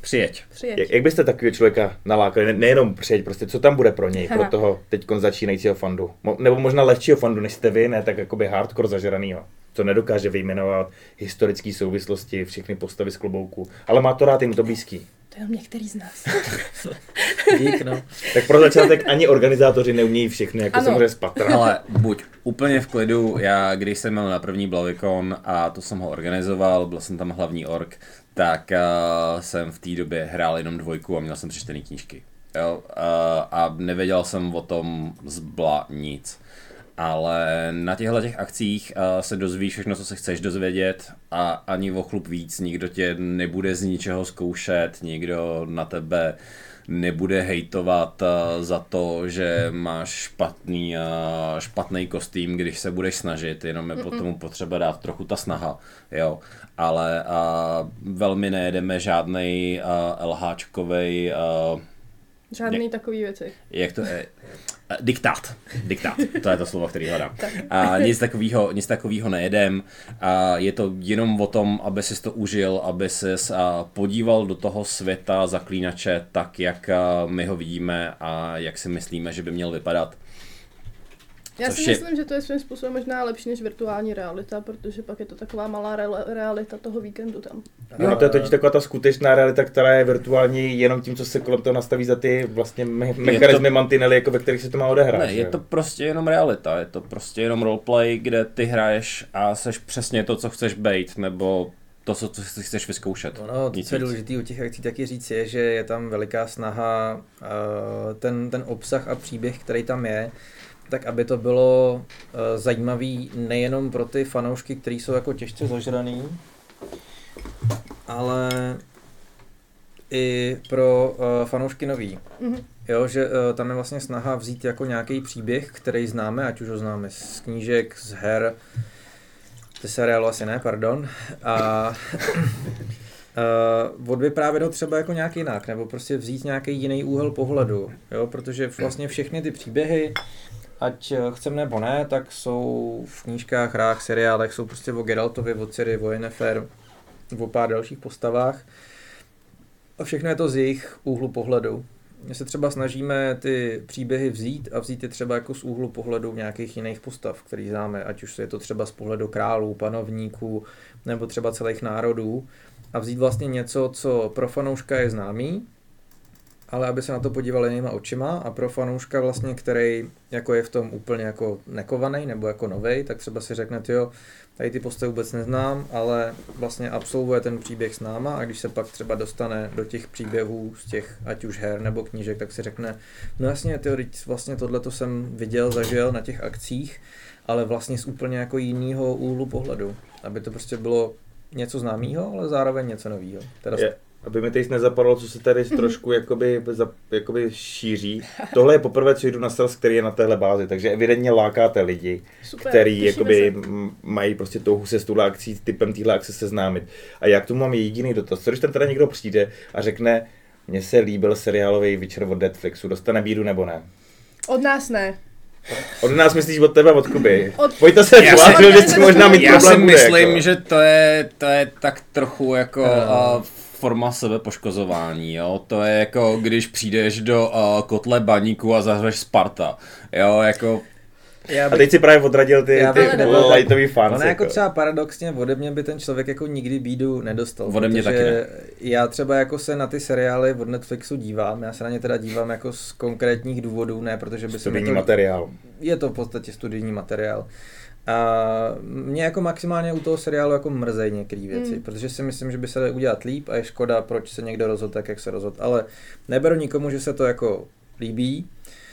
Přijeď. Jak byste takového člověka nalákali? Nejenom přijeď, prostě co tam bude pro něj, pro toho teď začínajícího fandu? Nebo možná lehčího fandu, než jste vy, ne tak jakoby hardcore zažranýho. To nedokáže vyjmenovat historické souvislosti, všechny postavy z klobouku. Ale má to rád, jim to blízký. To je jenom některý z nás. Dík, no. Tak pro začátek ani organizátoři neumějí všechny, jako samozřejmě spatra. Ale buď úplně v klidu, já když jsem měl na první Blavikon a to jsem ho organizoval, byl jsem tam hlavní org, tak jsem v té době hrál jenom 2 a měl jsem přečtený knížky. Jo? A nevěděl jsem o tom zbla nic. Ale na těchto akcích se dozvíš všechno, co se chceš dozvědět a ani o chlup víc, nikdo tě nebude z ničeho zkoušet, nikdo na tebe nebude hejtovat za to, že máš špatný kostým, když se budeš snažit, jenom je potom potřeba dát trochu ta snaha, jo. Ale velmi nejedeme žádnej LHčkovej Žádný takový věci. Jak to je? Diktát, to je to slovo, který hledám. A nic takového nejedem. A je to jenom o tom, aby si to užil, aby ses podíval do toho světa Zaklínače tak, jak my ho vidíme a jak si myslíme, že by měl vypadat. Já si myslím, že to je svým způsobem možná lepší než virtuální realita, protože pak je to taková malá realita toho víkendu tam. No a to je totiž taková ta skutečná realita, která je virtuální jenom tím, co se kolem toho nastaví za ty vlastně mechanismy, mantinely, jako ve kterých se to má odehrát. Ne, je to prostě jenom realita, je to prostě jenom roleplay, kde ty hraješ a seš přesně to, co chceš být, nebo to, co si chceš vyzkoušet. No, co je důležité u těch akcí taky říct je, že je tam veliká snaha ten obsah a příběh, který tam je, tak aby to bylo zajímavý nejenom pro ty fanoušky, kteří jsou jako těžce zažraný, ale i pro fanoušky nový. Mm-hmm. Jo, že tam je vlastně snaha vzít jako nějaký příběh, který známe, ať už ho známe z knížek, z her, ze seriálu asi ne, pardon, a odvyprávět ho třeba jako nějak jinak, nebo prostě vzít nějaký jiný úhel pohledu, jo, protože vlastně všechny ty příběhy, ať chcem nebo ne, tak jsou v knížkách, hrách, seriálech, jsou prostě o Geraltovi, o Ciri, o Yennefer, o pár dalších postavách. A všechno je to z jejich úhlu pohledu. My se třeba snažíme ty příběhy vzít a vzít je třeba jako z úhlu pohledu nějakých jiných postav, který známe, ať už je to třeba z pohledu králů, panovníků, nebo třeba celých národů. A vzít vlastně něco, co pro fanouška je známý, ale aby se na to podíval jinýma očima a pro fanouška vlastně, který jako je v tom úplně jako nekovaný nebo jako novej, tak třeba si řekne, jo, tady ty postavy vůbec neznám, ale vlastně absolvuje ten příběh s náma a když se pak třeba dostane do těch příběhů z těch ať už her nebo knížek, tak si řekne, no jasně, vlastně tohleto jsem viděl, zažil na těch akcích, ale vlastně z úplně jako jinýho úhlu pohledu, aby to prostě bylo něco známého, ale zároveň něco nového. Aby mi teď nezapadlo, co se tady trošku jakoby šíří. Tohle je poprvé, co jdu na sales, který je na téhle bázi, takže evidentně lákáte lidi, který jakoby mají prostě touhu se s touhle akcí, typem téhle akce seznámit. A já k tomu mám jediný dotaz. Co když tam teda někdo přijde a řekne, mně se líbil seriálový Witcher od Netflixu, dostane bídu nebo ne? Od nás ne. Od nás myslíš od tebe, od Kuby? Pojďte se tvářit, že si možná mít já problém. Já si myslím, jako, že to je tak trochu jako forma sebepoškozování, jo. To je jako, když přijdeš do kotle baníku a zahraješ Sparta, jo, jako... A teď si právě odradil ty lightový fans. Ono jako třeba paradoxně ode mě by ten člověk jako nikdy bídu nedostal. Ode mě taky ne. Já třeba jako se na ty seriály od Netflixu dívám, já se na ně teda dívám jako z konkrétních důvodů, ne protože by se mi to... materiál. Je to v podstatě studijní materiál. A mě jako maximálně u toho seriálu jako mrzej některé věci, protože si myslím, že by se dalo udělat líp a je škoda, proč se někdo rozhodl tak, jak se rozhodl. Ale neberu nikomu, že se to jako líbí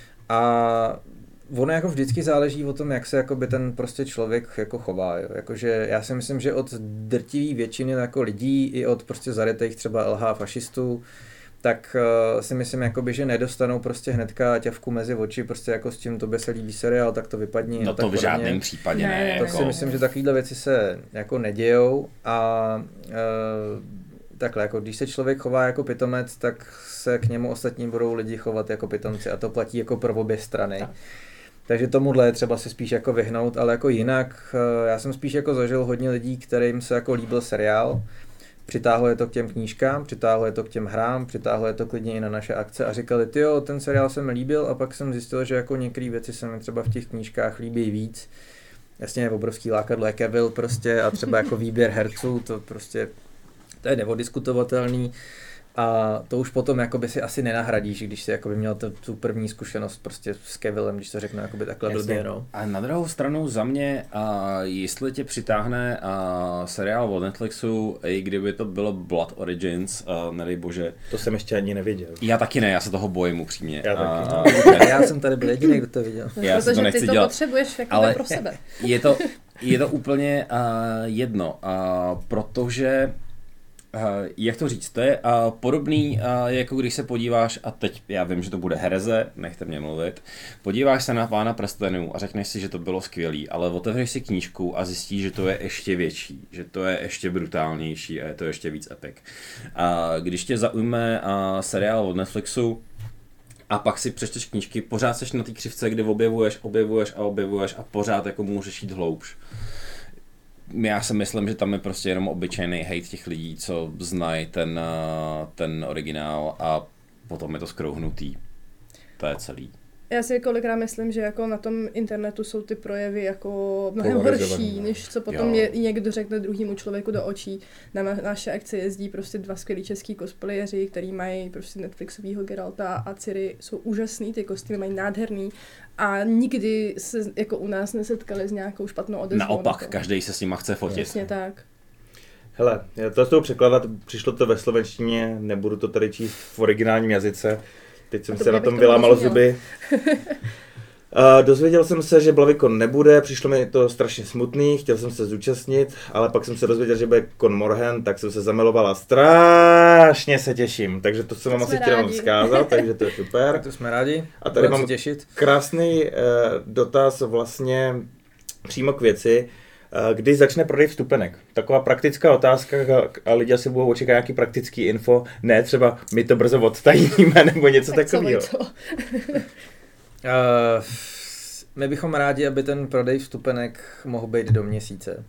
a ono jako vždycky záleží o tom, jak se jakoby ten prostě člověk jako chová. Jo. Jakože já si myslím, že od drtivé většiny jako lidí i od prostě zarytých třeba LH fašistů, tak si myslím, jakoby, že nedostanou prostě hnedka ťavku mezi oči, prostě jako s tím tobě se líbí seriál, tak to vypadni. No to v žádném případě ne. To si myslím, že takovýhle věci se jako nedějou a takhle, jako když se člověk chová jako pitomec, tak se k němu ostatní budou lidi chovat jako pitomci a to platí jako pro obě strany. Tak. Takže tomuhle je třeba se spíš jako vyhnout, ale jako jinak, já jsem spíš jako zažil hodně lidí, kterým se jako líbil seriál, přitáhlo je to k těm knížkám, přitáhlo je to k těm hrám, přitáhlo je to klidně i na naše akce a říkali, tyjo, ten seriál se mi líbil a pak jsem zjistil, že jako některé věci se mi třeba v těch knížkách líbí víc. Jasně, obrovský lákadlo je Cavill prostě a třeba jako výběr herců, to prostě, to je neodiskutovatelný. A to už potom jakoby si asi nenahradíš, když si jakoby měl tu první zkušenost prostě s Cavillem, když to řeknu jakoby takhle blbě, no. A na druhou stranu za mě, jestli tě přitáhne seriál od Netflixu, i kdyby to bylo Blood Origins, nedej bože. To jsem ještě ani neviděl. Já taky ne, já se toho bojím upřímně. Já taky. Já jsem tady byl jediný, kdo to viděl. Já protože to nechci ty to dělat. potřebuješ jako Ale pro sebe. Je to úplně jedno, protože jak to říct, to je podobný, jako když se podíváš, a teď já vím, že to bude hereze, nechte mě mluvit, podíváš se na Pána prstenů a řekneš si, že to bylo skvělý, ale otevřeš si knížku a zjistíš, že to je ještě větší, že to je ještě brutálnější a je to ještě víc epic. Když tě zaujme seriál od Netflixu, a pak si přečteš knížky, pořád seš na té křivce, kde objevuješ a pořád jako můžeš jít hloubš. Já si myslím, že tam je prostě jenom obyčejný hate těch lidí, co znají ten originál a potom je to skrouhnutý. To je celý. Já si kolikrát myslím, že jako na tom internetu jsou ty projevy jako mnohem horší, než co potom někdo řekne druhému člověku do očí. Na naše akce jezdí prostě 2 skvělí český cosplayeři, který mají prostě Netflixovýho Geralta a Ciri, jsou úžasný, ty kostýmy mají nádherný a nikdy se jako u nás nesetkali s nějakou špatnou odezvou. Naopak, každý se s nima chce fotit. Jasně tak. Hele, já to s tou překládat, přišlo to ve slovenštině, nebudu to tady číst v originálním jazyce. Teď jsem se na tom vylámal zuby. Dozvěděl jsem se, že Blavicon nebude, přišlo mi to strašně smutný, chtěl jsem se zúčastnit, ale pak jsem se dozvěděl, že bude Con Morhen, tak jsem se zamiloval a strašně se těším. Takže to jsem vám asi chtěl vzkázat, takže to je super. Tak to jsme rádi. A tady mám těšit. krásný dotaz vlastně přímo k věci. Kdy začne prodej vstupenek? Taková praktická otázka a lidi asi budou očekávat nějaký praktický info. Ne, třeba my to brzo odtajíme nebo něco takového. My bychom rádi, aby ten prodej vstupenek mohl být do měsíce.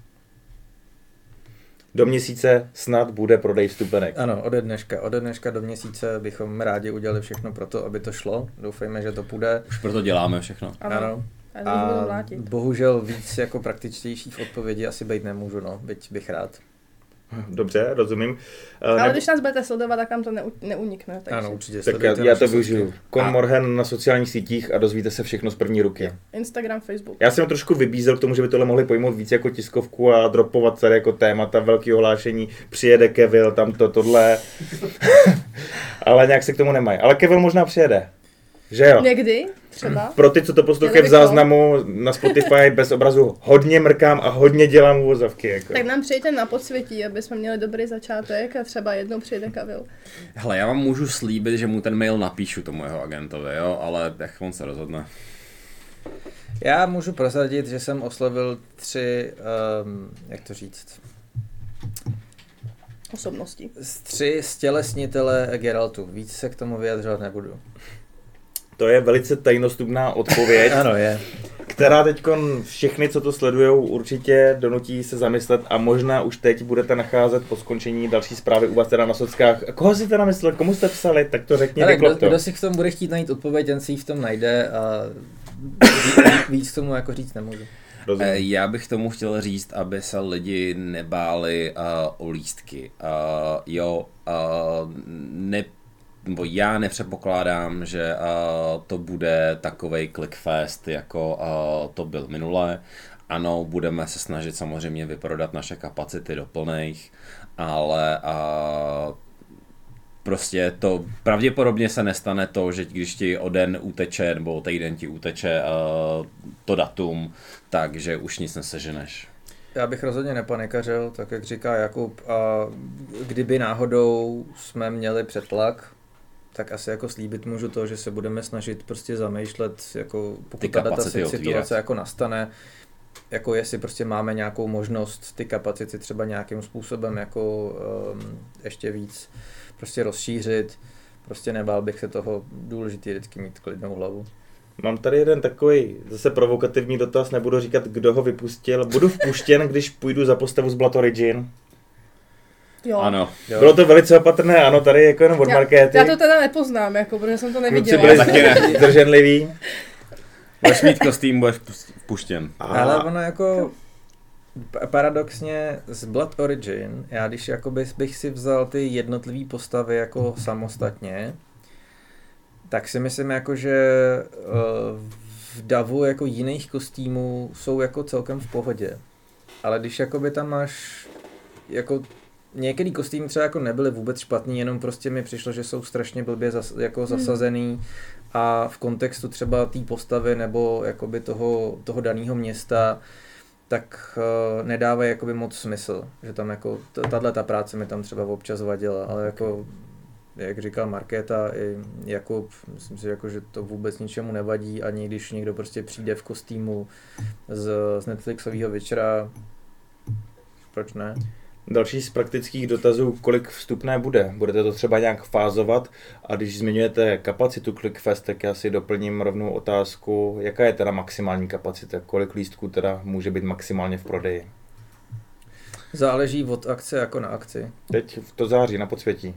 Do měsíce snad bude prodej vstupenek. Ano, ode dneška do měsíce bychom rádi udělali všechno pro to, aby to šlo. Doufejme, že to půjde. Už proto děláme všechno. Ano. A bohužel víc jako praktičtější v odpovědi asi být nemůžu, no, byť bych rád. Dobře, rozumím. Ale když nás budete sledovat, tak nám to neunikne. Takže. Ano, určitě. Tak já to využiju. Con Morhen na sociálních sítích a dozvíte se všechno z první ruky. Instagram, Facebook. Já jsem trošku vybízel k tomu, že by tohle mohli pojmout víc jako tiskovku a dropovat tady jako témata, velký ohlášení, přijede Cavill, tohle. Ale nějak se k tomu nemají. Ale Cavill možná přijede. Že jo? Někdy, třeba. Pro ty, co to poslouchají v záznamu na Spotify bez obrazu, hodně mrkám a hodně dělám uvozovky. Jako. Tak nám přijďte na podsvětí, aby jsme měli dobrý začátek a třeba jednou přijde Cavill. Hele, já vám můžu slíbit, že mu ten mail napíšu tomu jeho agentovi, jo, ale jak on se rozhodne. Já můžu prozradit, že jsem oslovil 3, jak to říct? Osobnosti. 3 stělesnitele Geraltu. Víc se k tomu vyjadřovat nebudu. To je velice tajnostupná odpověď, ano, je. Která teďkon všechny, co to sledujou, určitě donutí se zamyslet a možná už teď budete nacházet po skončení další zprávy u vás teda na sockách. Koho si teda myslel, komu jste psali, tak to řekni, kdo si v tom bude chtít najít odpověď, ten si ji v tom najde a víc k tomu jako říct nemůžu. Já bych tomu chtěl říct, aby se lidi nebáli o lístky. Nebo já nepředpokládám, že to bude takovej clickfest, jako to byl minule. Ano, budeme se snažit samozřejmě vyprodat naše kapacity do plných, ale prostě to pravděpodobně se nestane to, že když ti o den uteče, nebo o týden ti uteče to datum, takže už nic neseženeš. Já bych rozhodně nepanikařil, tak jak říká Jakub, a kdyby náhodou jsme měli přetlak, tak asi jako slíbit můžu to, že se budeme snažit prostě zamýšlet, jako pokud ta situace jako nastane, jako jestli prostě máme nějakou možnost ty kapacity třeba nějakým způsobem jako ještě víc prostě rozšířit. Prostě nebál bych se toho, důležitý vždycky mít klidnou hlavu. Mám tady jeden takový zase provokativní dotaz, nebudu říkat, kdo ho vypustil. Budu vpuštěn, když půjdu za postavu z Blood Origin. Jo. Ano. Jo. Bylo to velice opatrné, ano, tady jako jenom od Markéty. Já to teda nepoznám, jako, protože jsem to Kluci neviděla. byli Taky ne. zdrženliví. Budeš mít kostým, budeš vpuštěn. Ale ono jako paradoxně z Blood Origin, já když jakoby bych si vzal ty jednotlivé postavy jako samostatně, tak si myslím jako, že v davu jako jiných kostýmů jsou jako celkem v pohodě. Ale když jakoby tam máš jako některý kostýmy třeba jako nebyly vůbec špatný, jenom prostě mi přišlo, že jsou strašně blbě jako zasazený a v kontextu třeba té postavy nebo jakoby toho daného města, tak nedávají jakoby moc smysl, že tam jako tato práce mi tam třeba občas vadila, ale jako jak říkal Markéta i Jakub, myslím si, jako, že to vůbec ničemu nevadí, ani když někdo prostě přijde v kostýmu z Netflixového večera, proč ne? Další z praktických dotazů, kolik vstupné bude? Budete to třeba nějak fázovat? A když zmiňujete kapacitu ClickFest, tak já si doplním rovnou otázku, jaká je teda maximální kapacita? Kolik lístků teda může být maximálně v prodeji? Záleží od akce jako na akci. Teď v to září na podsvětí.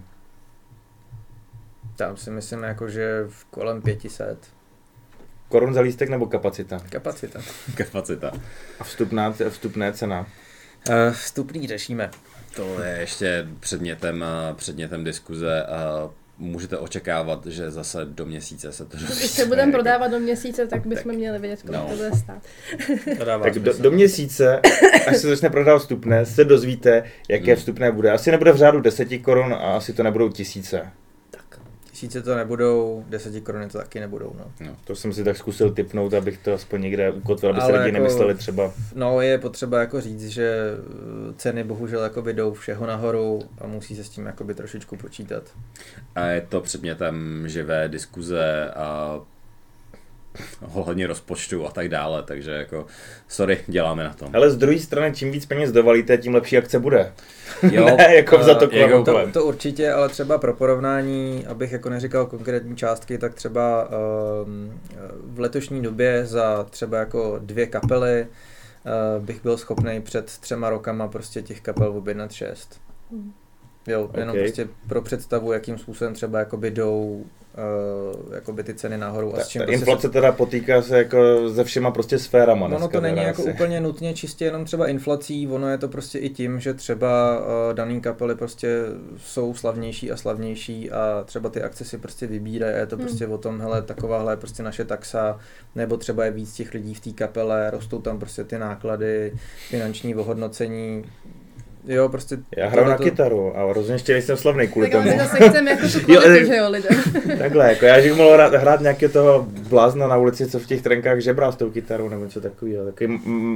Tam si myslím, jako, že v kolem 500. Korun za lístek nebo kapacita? Kapacita. Kapacita. A vstupné cena? Vstupný řešíme. To je ještě předmětem diskuze a můžete očekávat, že zase do měsíce se to Když se budeme prodávat do měsíce, tak bychom měli vědět, kolik to bude stát. Tak do měsíce, až se začne prodávat vstupné, se dozvíte, jaké vstupné bude. Asi nebude v řádu 10 korun a asi to nebudou tisíce. 1000 to nebudou, 10 koruny to taky nebudou. No. To jsem si tak zkusil tipnout, abych to aspoň někde ukotvil, aby se Ale lidi jako, nemysleli třeba. No je potřeba jako říct, že ceny bohužel jakoby jdou všeho nahoru a musí se s tím jakoby trošičku počítat. A je to předmětem živé diskuze a ohledně rozpočtu a tak dále, takže jako sorry, děláme na tom. Ale z druhé strany, čím víc peněz dovalíte, tím lepší akce bude. Jo, Ne, jako za to kolem. To určitě, ale třeba pro porovnání, abych jako neříkal konkrétní částky, tak třeba v letošní době za třeba jako 2 kapely bych byl schopný před 3 rokama prostě těch kapel objednat 6. Jo, jenom prostě pro představu, jakým způsobem třeba jakoby jdou jakoby ty ceny nahoru. A s čím Ta prostě inflace teda potýká se jako se všema prostě sférama. Ono to není jako úplně nutně čistě jenom třeba inflací, ono je to prostě i tím, že třeba daný kapely prostě jsou slavnější a slavnější a třeba ty akce si prostě vybírají a je to prostě o tom, hele, takováhle je prostě naše taxa, nebo třeba je víc těch lidí v té kapele, rostou tam prostě ty náklady, finanční ohodnocení. Jo, prostě... Já hraju na kytaru a rozhodně ještě nejsem slavný kvůli tak tomu. Tak zase chceme jako tu kvalitu, že jo, lidem. Takhle, jako já bych mohl hrát nějakého toho blázna na ulici, co v těch trenkách žebrá s tou kytarou nebo něco takového. Takový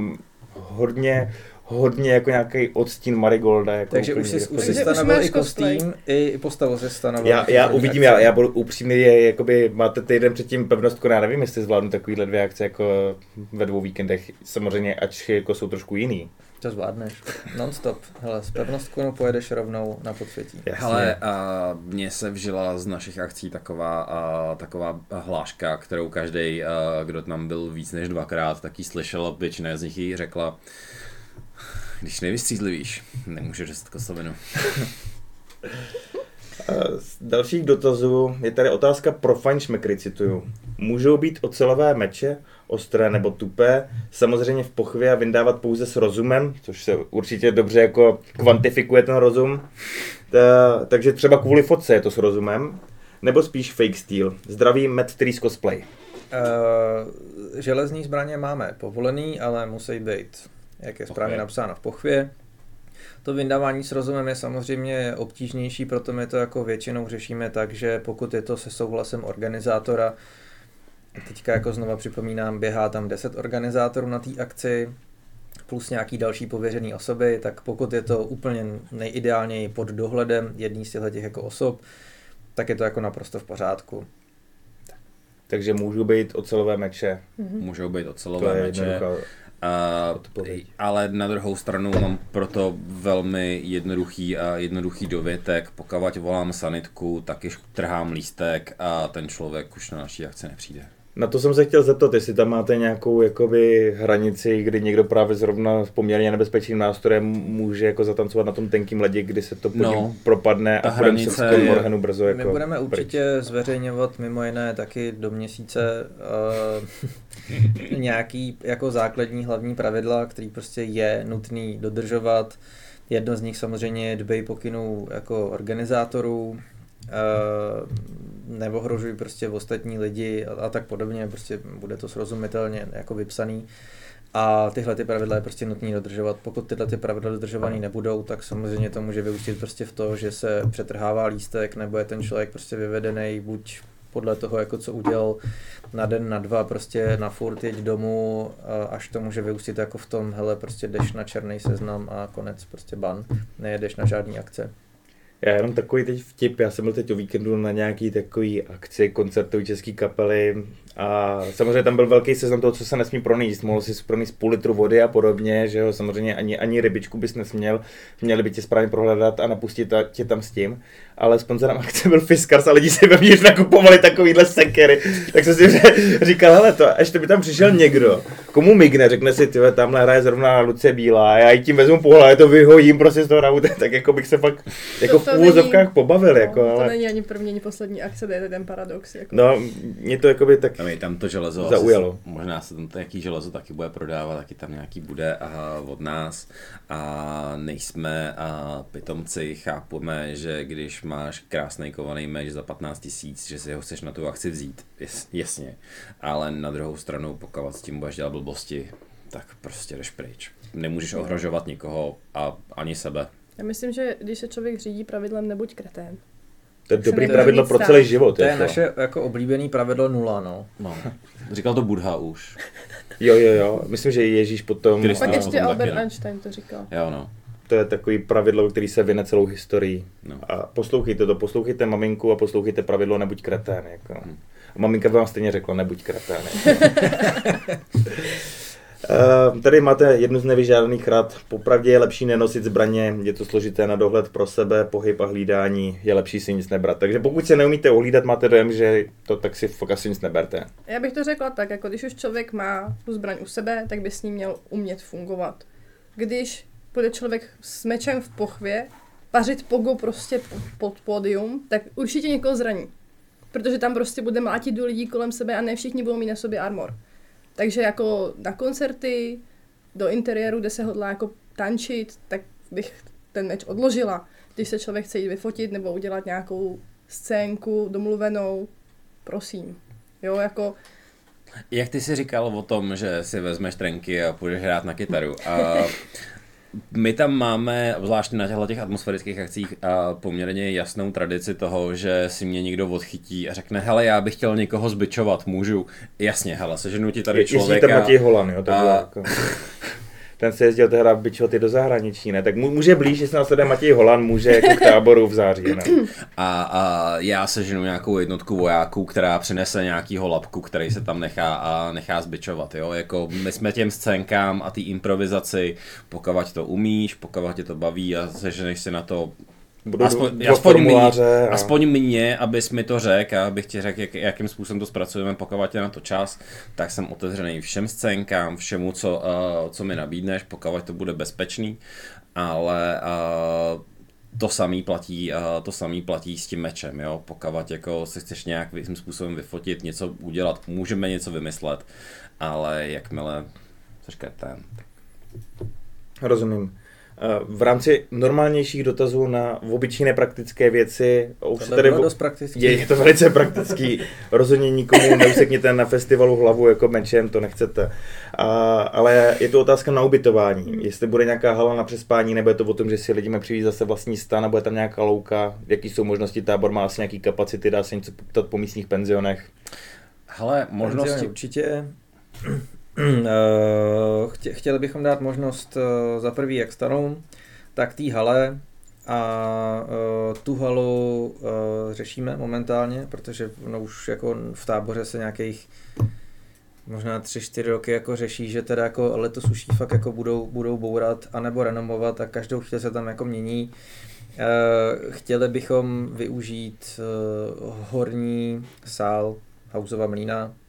hodně jako nějaký odstín Marigolda. Jako takže už si stanovil i kostým, i postavu se stanovil. Já uvidím, já budu upřímný, jakoby máte týden předtím pevnostku, já nevím, jestli zvládnu takovýhle 2 akce jako ve 2 víkendech, samozřejmě, ač jako jsou trošku jiný. To zvládneš. Non-stop. Hele, s pevnostkou pojedeš rovnou na podsvětí. Hele, mně se vžila z našich akcí taková hláška, kterou každý, kdo tam byl víc než 2krát, tak ji slyšel, většina z nich jí řekla, když nevystřízlivíš, nemůžeš dostat kosovinu. Z dalších dotazů je tady otázka pro fajnšmekry, cituju. Můžou být ocelové meče, ostré nebo tupé, samozřejmě v pochvě a vyndávat pouze s rozumem, což se určitě dobře jako kvantifikuje ten rozum. Takže třeba kvůli fotce je to s rozumem, nebo spíš fake steel. Zdraví Matt Trees Cosplay. Železní zbraně máme povolený, ale musí být, jak je správně napsáno, v pochvě. To vyndávání s rozumem je samozřejmě obtížnější, proto my to jako většinou řešíme tak, že pokud je to se souhlasem organizátora, teďka jako znova připomínám, běhá tam 10 organizátorů na té akci, plus nějaký další pověřený osoby, tak pokud je to úplně nejideálněji pod dohledem jedný z těch jako osob, tak je to jako naprosto v pořádku. Takže můžou být ocelové meče. Můžou být ocelové meče. Ale na druhou stranu mám proto velmi jednoduchý dovětek. Pokud volám sanitku, tak již trhám lístek a ten člověk už na naší akci nepřijde. Na to jsem se chtěl zeptat, jestli tam máte nějakou jakoby hranici, kdy někdo právě zrovna s poměrně nebezpečným nástrojem může jako zatancovat na tom tenkým ledě, kdy se to propadne a budeme se z Morhenu brzo jako... My budeme určitě zveřejňovat mimo jiné taky do měsíce nějaký jako základní hlavní pravidla, který prostě je nutný dodržovat. Jedno z nich samozřejmě je dbej pokynů jako organizátorů, neohrožuj prostě ostatní lidi a tak podobně, prostě bude to srozumitelně jako vypsaný. A tyhle ty pravidla je prostě nutný dodržovat. Pokud tyhle ty pravidla dodržovaný nebudou, tak samozřejmě to může vyústit prostě v to, že se přetrhává lístek, nebo je ten člověk prostě vyvedený buď podle toho, jako co udělal na den, na dva, prostě na furt jeď domů, až to může vyústit jako v tom, hele, prostě jdeš na černý seznam a konec, prostě ban, nejedeš na žádný akce. Já jenom takový teď vtip, já jsem byl teď o víkendu na nějaký takový akci koncertu české kapely a samozřejmě tam byl velký seznam toho, co se nesmí pronést. Mohl si pronést půl litru vody a podobně, že jo, samozřejmě ani rybičku bys nesměl, měli by tě správně prohledat a napustit tě tam s tím. Ale sponzorem akce byl Fiskars a lidi si vevnitř nakupovali takovýhle sekery. Tak jsem si říkal, hele to, až to by tam přišel někdo, komu migne, řekne si, tyhle, tamhle hraje zrovna Lucie Bílá, já jí tím vezmu pohled, to vyhojím prostě z toho auta, tak jako bych se fakt jako v úvozovkách pobavil. No, jako, ale... To není ani první, ani poslední akce, to je ten paradox. Jako. No, mě to jakoby tak tam to železo zaujalo. Možná se tam nějaký železo taky bude prodávat, taky tam nějaký bude od nás a nejsme pitomci, chápeme, že když máš krásný kovaný meč za 15 000, že si ho chceš na tu akci vzít, jasně, ale na druhou stranu, pokud s tím budeš dělat blbosti, tak prostě jdeš pryč. Nemůžeš ohrožovat nikoho a ani sebe. Já myslím, že když se člověk řídí pravidlem nebuď kretén. To je dobrý pravidlo pro celý život. To je naše jako oblíbený pravidlo 0, no. Říkal to Buddha už. Jo. Myslím, že Ježíš potom... Pak ještě Albert Einstein to říkal. Jo, no. To je takový pravidlo, který se vyne celou historii. No. A poslouchejte maminku a poslouchejte pravidlo nebuď kretén. Jako. A maminka by vám stejně řekla nebuď kretén. Tady máte jednu z nevyžádaných rad. Popravdě je lepší nenosit zbraně, je to složité na dohled pro sebe, pohyb a hlídání, je lepší si nic nebrat. Takže pokud se neumíte ohlídat, máte dojem, že to tak si fakt asi nic neberte. Já bych to řekla tak, jako když už člověk má tu zbraň u sebe, tak by s ní měl umět fungovat. Když bude člověk s mečem v pochvě pařit pogo prostě pod pódium, tak určitě někoho zraní. Protože tam prostě bude mlátit do lidí kolem sebe a ne všichni budou mít na sobě armor. Takže jako na koncerty, do interiéru, kde se hodlá jako tančit, tak bych ten meč odložila. Když se člověk chce jít vyfotit nebo udělat nějakou scénku domluvenou, prosím. Jo, jako... Jak ty jsi říkal o tom, že si vezmeš trenky a půjdeš hrát na kytaru. My tam máme, zvláště na těch atmosférických akcích, poměrně jasnou tradici toho, že si mě někdo odchytí a řekne, hele, já bych chtěl někoho zbičovat, můžu? Jasně, hele, seženu ti tady člověka. Ježíš, Matěj Holan, jo, to bylo jako... Ten se jezdil tehdy bičovat i do zahraničí, ne? Tak může blíž, jestli nás Matěj Holan, může jako k táboru v září, ne? A já seženu nějakou jednotku vojáků, která přinese nějakýho labku, který se tam nechá zbičovat, jo? Jako my jsme těm scénkám a té improvizaci, pokud to umíš, pokud tě to baví a seženeš si na to aspoň mě, abys mi to řekl a abych ti řekl, jakým způsobem to zpracujeme, pokud je na to čas, tak jsem otevřený všem scénkám, všemu, co mi nabídneš, pokud to bude bezpečný, ale to samý platí s tím mečem, jo, pokud jako si chceš nějakým způsobem vyfotit, něco udělat, můžeme něco vymyslet, ale jakmile jsi kretén. Rozumím. V rámci normálnějších dotazů na obyčejné praktické věci, je to velice praktický, rozhodně nikomu neusekněte na festivalu hlavu jako mečem, to nechcete. Ale je to otázka na ubytování, jestli bude nějaká hala na přespání, nebo je to o tom, že si lidi přivíjí zase vlastní stan a bude tam nějaká louka, jaký jsou možnosti, tábor má asi nějaký kapacity, dá se něco poptat po místních penzionech. Hele, možnosti určitě. Chtěli bychom dát možnost za prvý jak stanům, tak té hale a tu halu řešíme momentálně, protože no už jako v táboře se nějakých možná 3-4 roky jako řeší, že teda jako letos už fakt jako budou bourat anebo renomovat a každou chvíli se tam jako mění. Chtěli bychom využít horní sál Hausova mlýna,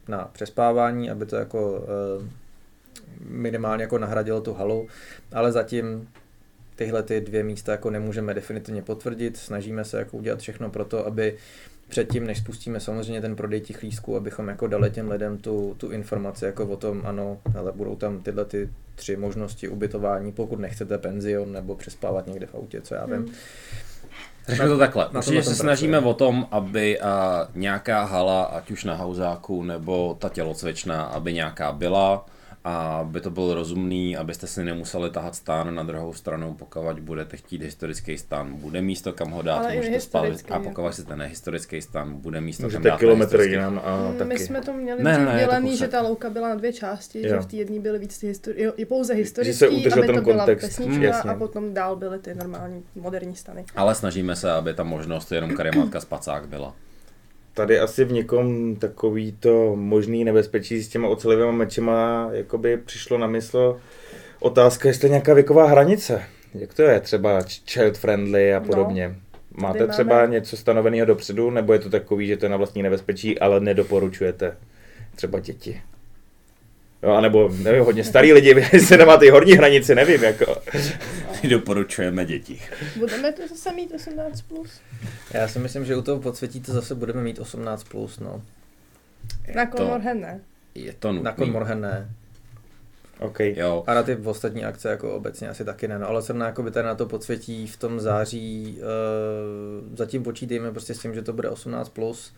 na přespávání, aby to jako minimálně jako nahradilo tu halu, ale zatím tyhle ty 2 místa jako nemůžeme definitivně potvrdit, snažíme se jako udělat všechno pro to, aby předtím, než spustíme samozřejmě ten prodej těch lístků, abychom jako dali těm lidem tu informaci jako o tom, ano, ale budou tam tyhle ty 3 možnosti ubytování, pokud nechcete penzion nebo přespávat někde v autě, co já vím. Řeknu to takhle, určitě se snažíme o tom, aby nějaká hala, ať už na Hauzáku nebo ta tělocvična, aby nějaká byla, a aby to bylo rozumný, abyste si nemuseli tahat stán na druhou stranu, pokud budete chtít historický stán, bude místo, kam ho dát, můžete spavit, a pokud chcete nehistorický stán, bude místo, kam dát kilometr jinam a taky. My jsme to měli dělaný, že ta louka byla na 2 části, že v té jedné byly víc i pouze historický, aby to byla vesnička a potom dál byly ty normální moderní stany. Ale snažíme se, aby ta možnost jenom karimátka spacák byla. Tady asi v někom takový to možný nebezpečí s těma ocelivými mečema jakoby přišlo na mysl otázka, jestli nějaká věková hranice. Jak to je? Třeba child friendly a podobně. Máte třeba něco stanoveného dopředu, nebo je to takový, že to je na vlastní nebezpečí, ale nedoporučujete třeba děti? Jo, anebo nevím, hodně starý lidi, jestli nemáte i horní hranici, nevím, jako. Doporučujeme děti. Budeme to zase mít 18+? Já si myslím, že u toho podsvětí to zase budeme mít 18+, no. Na Con Morhen ne. Je to nutný. Na Con Morhen ne. Okay. Jo. A na ty ostatní akce jako obecně asi taky ne, no, ale jsem jakoby tady na to podsvětí v tom září, zatím počítejme prostě s tím, že to bude 18+.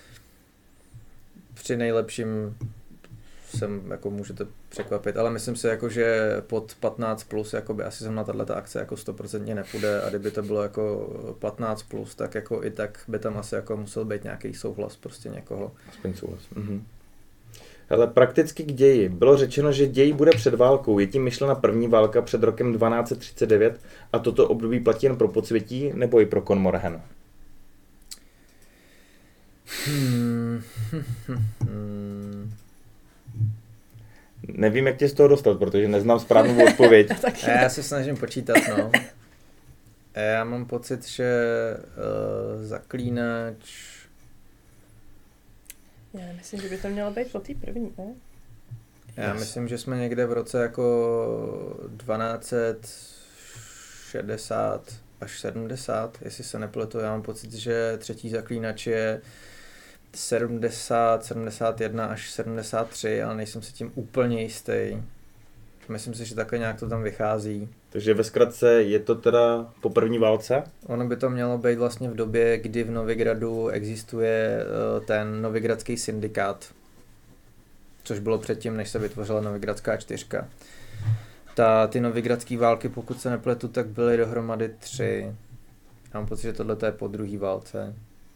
Při nejlepším jsem jako můžete překvapit, ale myslím si jako, že pod 15+, jakoby asi jsem na tato akce jako 100% nepůjde, a kdyby to bylo jako 15+, tak jako i tak by tam asi jako musel být nějaký souhlas prostě někoho. Aspoň souhlas. Ale prakticky k ději. Bylo řečeno, že děj bude před válkou. Je tím myšlena první válka před rokem 1239 a toto období platí jen pro podsvětí nebo i pro Con Morhen? Nevím, jak tě z toho dostat, protože neznám správnou odpověď. Já se snažím počítat, no. Já mám pocit, že Zaklínač... Já myslím, že by to mělo být po té první, ne? Já myslím, že jsme někde v roce jako 1260 až 70, jestli se nepletu. Já mám pocit, že třetí Zaklínač je 70, 71 až 73, ale nejsem si tím úplně jistý. Myslím si, že takhle nějak to tam vychází. Takže ve zkratce je to teda po první válce? Ono by to mělo být vlastně v době, kdy v Novigradu existuje ten Novigradský syndikát, což bylo předtím, než se vytvořila Novigradská 4. Ty novigradské války, pokud se nepletu, tak byly dohromady 3. Já mám pocit, že tohle je po druhé válce.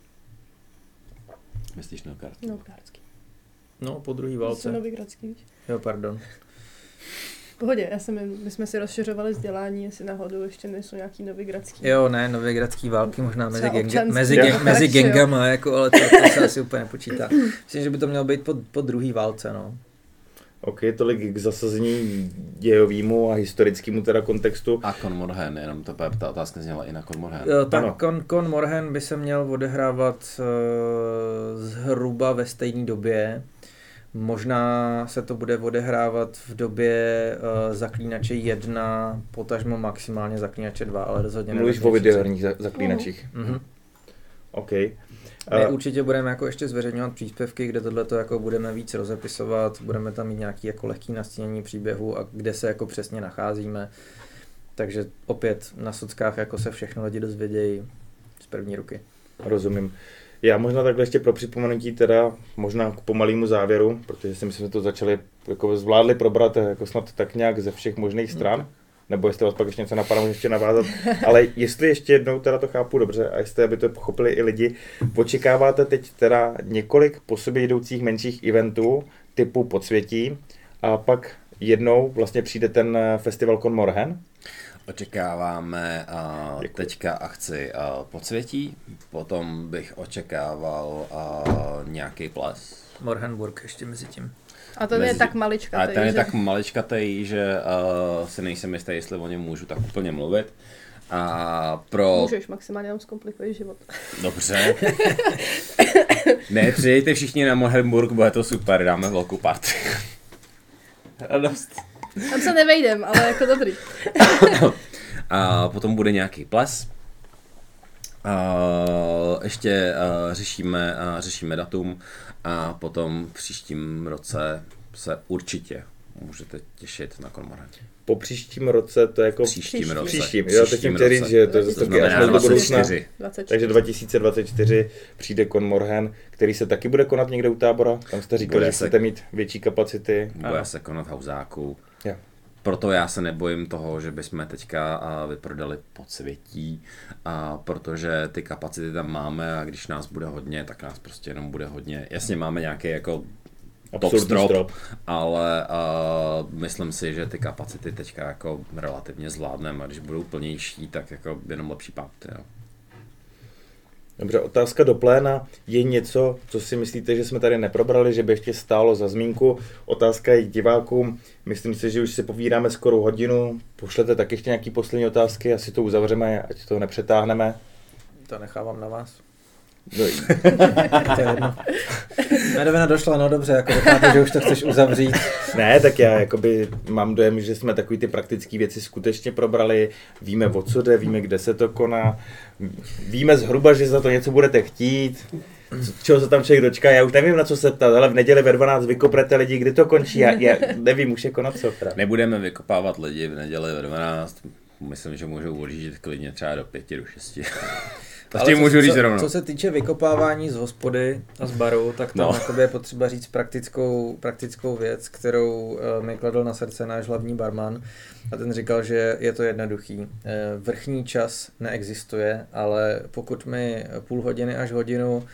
Myslíš Novgardský? Novgardský. No, po druhé válce. Novigradský, víš? Jo, pardon. V pohodě, my jsme si rozšiřovali vzdělání, jestli náhodou ještě nejsou nějaký novigradský. Jo, ne, novigradský války možná mezi gengama, jako, ale to se asi úplně nepočítá. Myslím, že by to mělo být po druhé válce, no. OK, tolik k zasazení dějovýmu a historickému teda kontextu. A Con Morhen, jenom ta otázka zněla i na Con Morhen. Tak Con Morhen by se měl odehrávat zhruba ve stejné době. Možná se to bude odehrávat v době Zaklínače 1, potažmo maximálně Zaklínače 2, ale rozhodně nevím. Mluvíš o videoherních zaklínačích. OK. My určitě budeme jako ještě zveřejňovat příspěvky, kde tohleto jako budeme víc rozepisovat, budeme tam mít nějaký jako lehký nastínění příběhu a kde se jako přesně nacházíme. Takže opět na sockách jako se všechno lidi dozvědějí z první ruky. Rozumím. Já možná takhle ještě pro připomenutí teda možná k pomalému závěru, protože si myslím, že to začali jako zvládli probrat jako snad tak nějak ze všech možných stran. Nebo jestli vás pak ještě něco napadá, můžu ještě navázat. Ale jestli ještě jednou teda to chápu dobře a jestli, aby to pochopili i lidi, očekáváte teď teda několik po sobě jdoucích menších eventů typu podsvětí a pak jednou vlastně přijde ten festival Con Morhen? Očekáváme teďka akci podsvětí, potom bych očekával nějaký ples. Morhenburg ještě mezi tím. A ten je tak maličkatej. A ten je tak maličkatej, že si nejsem jistý, jestli o něm můžu tak úplně mluvit. A pro... Můžeš, maximálně nám zkomplikuješ život. Dobře. Ne, přijďte všichni na Mohenburg, bude to super, dáme velkou party. Radost. Tam se nevejdem, ale jako dobrý. A potom bude nějaký ples. Ještě řešíme datum a potom v příštím roce se určitě můžete těšit na Conmorhen. Po příštím roce to je jako... Příštím roce. Příštím, jo, teď jsem chtěl říct, že to je zase taky až do budoucna. Takže 2024 přijde Conmorhen, který se taky bude konat někde u Tábora. Tam jste říkali, že chcete mít větší kapacity. Bude se konat v Hauzáku. Jo. Proto já se nebojím toho, že bychom teďka vyprodali podsvětí, protože ty kapacity tam máme a když nás bude hodně, tak nás prostě jenom bude hodně. Jasně máme nějaký jako top strop, ale myslím si, že ty kapacity teďka jako relativně zvládneme a když budou plnější, tak jako jenom lepší pát. Dobře, otázka do pléna. Je něco, co si myslíte, že jsme tady neprobrali, že by ještě stálo za zmínku? Otázka je k divákům. Myslím si, že už si povídáme skoro hodinu. Pošlete tak ještě nějaký poslední otázky, asi to uzavřeme, ať to nepřetáhneme. To nechávám na vás. No, to je jedno. Medovina došla, no dobře, jako chápu, že už to chceš uzavřít. Ne, tak já jakoby mám dojem, že jsme takový ty praktické věci skutečně probrali, víme o co jde, víme kde se to koná, víme zhruba, že za to něco budete chtít, čeho se tam člověk dočká, já už nevím na co se ptat, ale v neděli ve 12 vykoprete lidi, kdy to končí, já nevím, už je konat co. Nebudeme vykopávat lidi v neděli ve 12, myslím, že můžou odjíždět klidně třeba do 5, do 6. Ale můžu říct rovnou. Co se týče vykopávání z hospody a z baru, tak tam je potřeba říct praktickou věc, kterou mi kladl na srdce náš hlavní barman. A ten říkal, že je to jednoduchý. Vrchní čas neexistuje, ale pokud mi půl hodiny až hodinu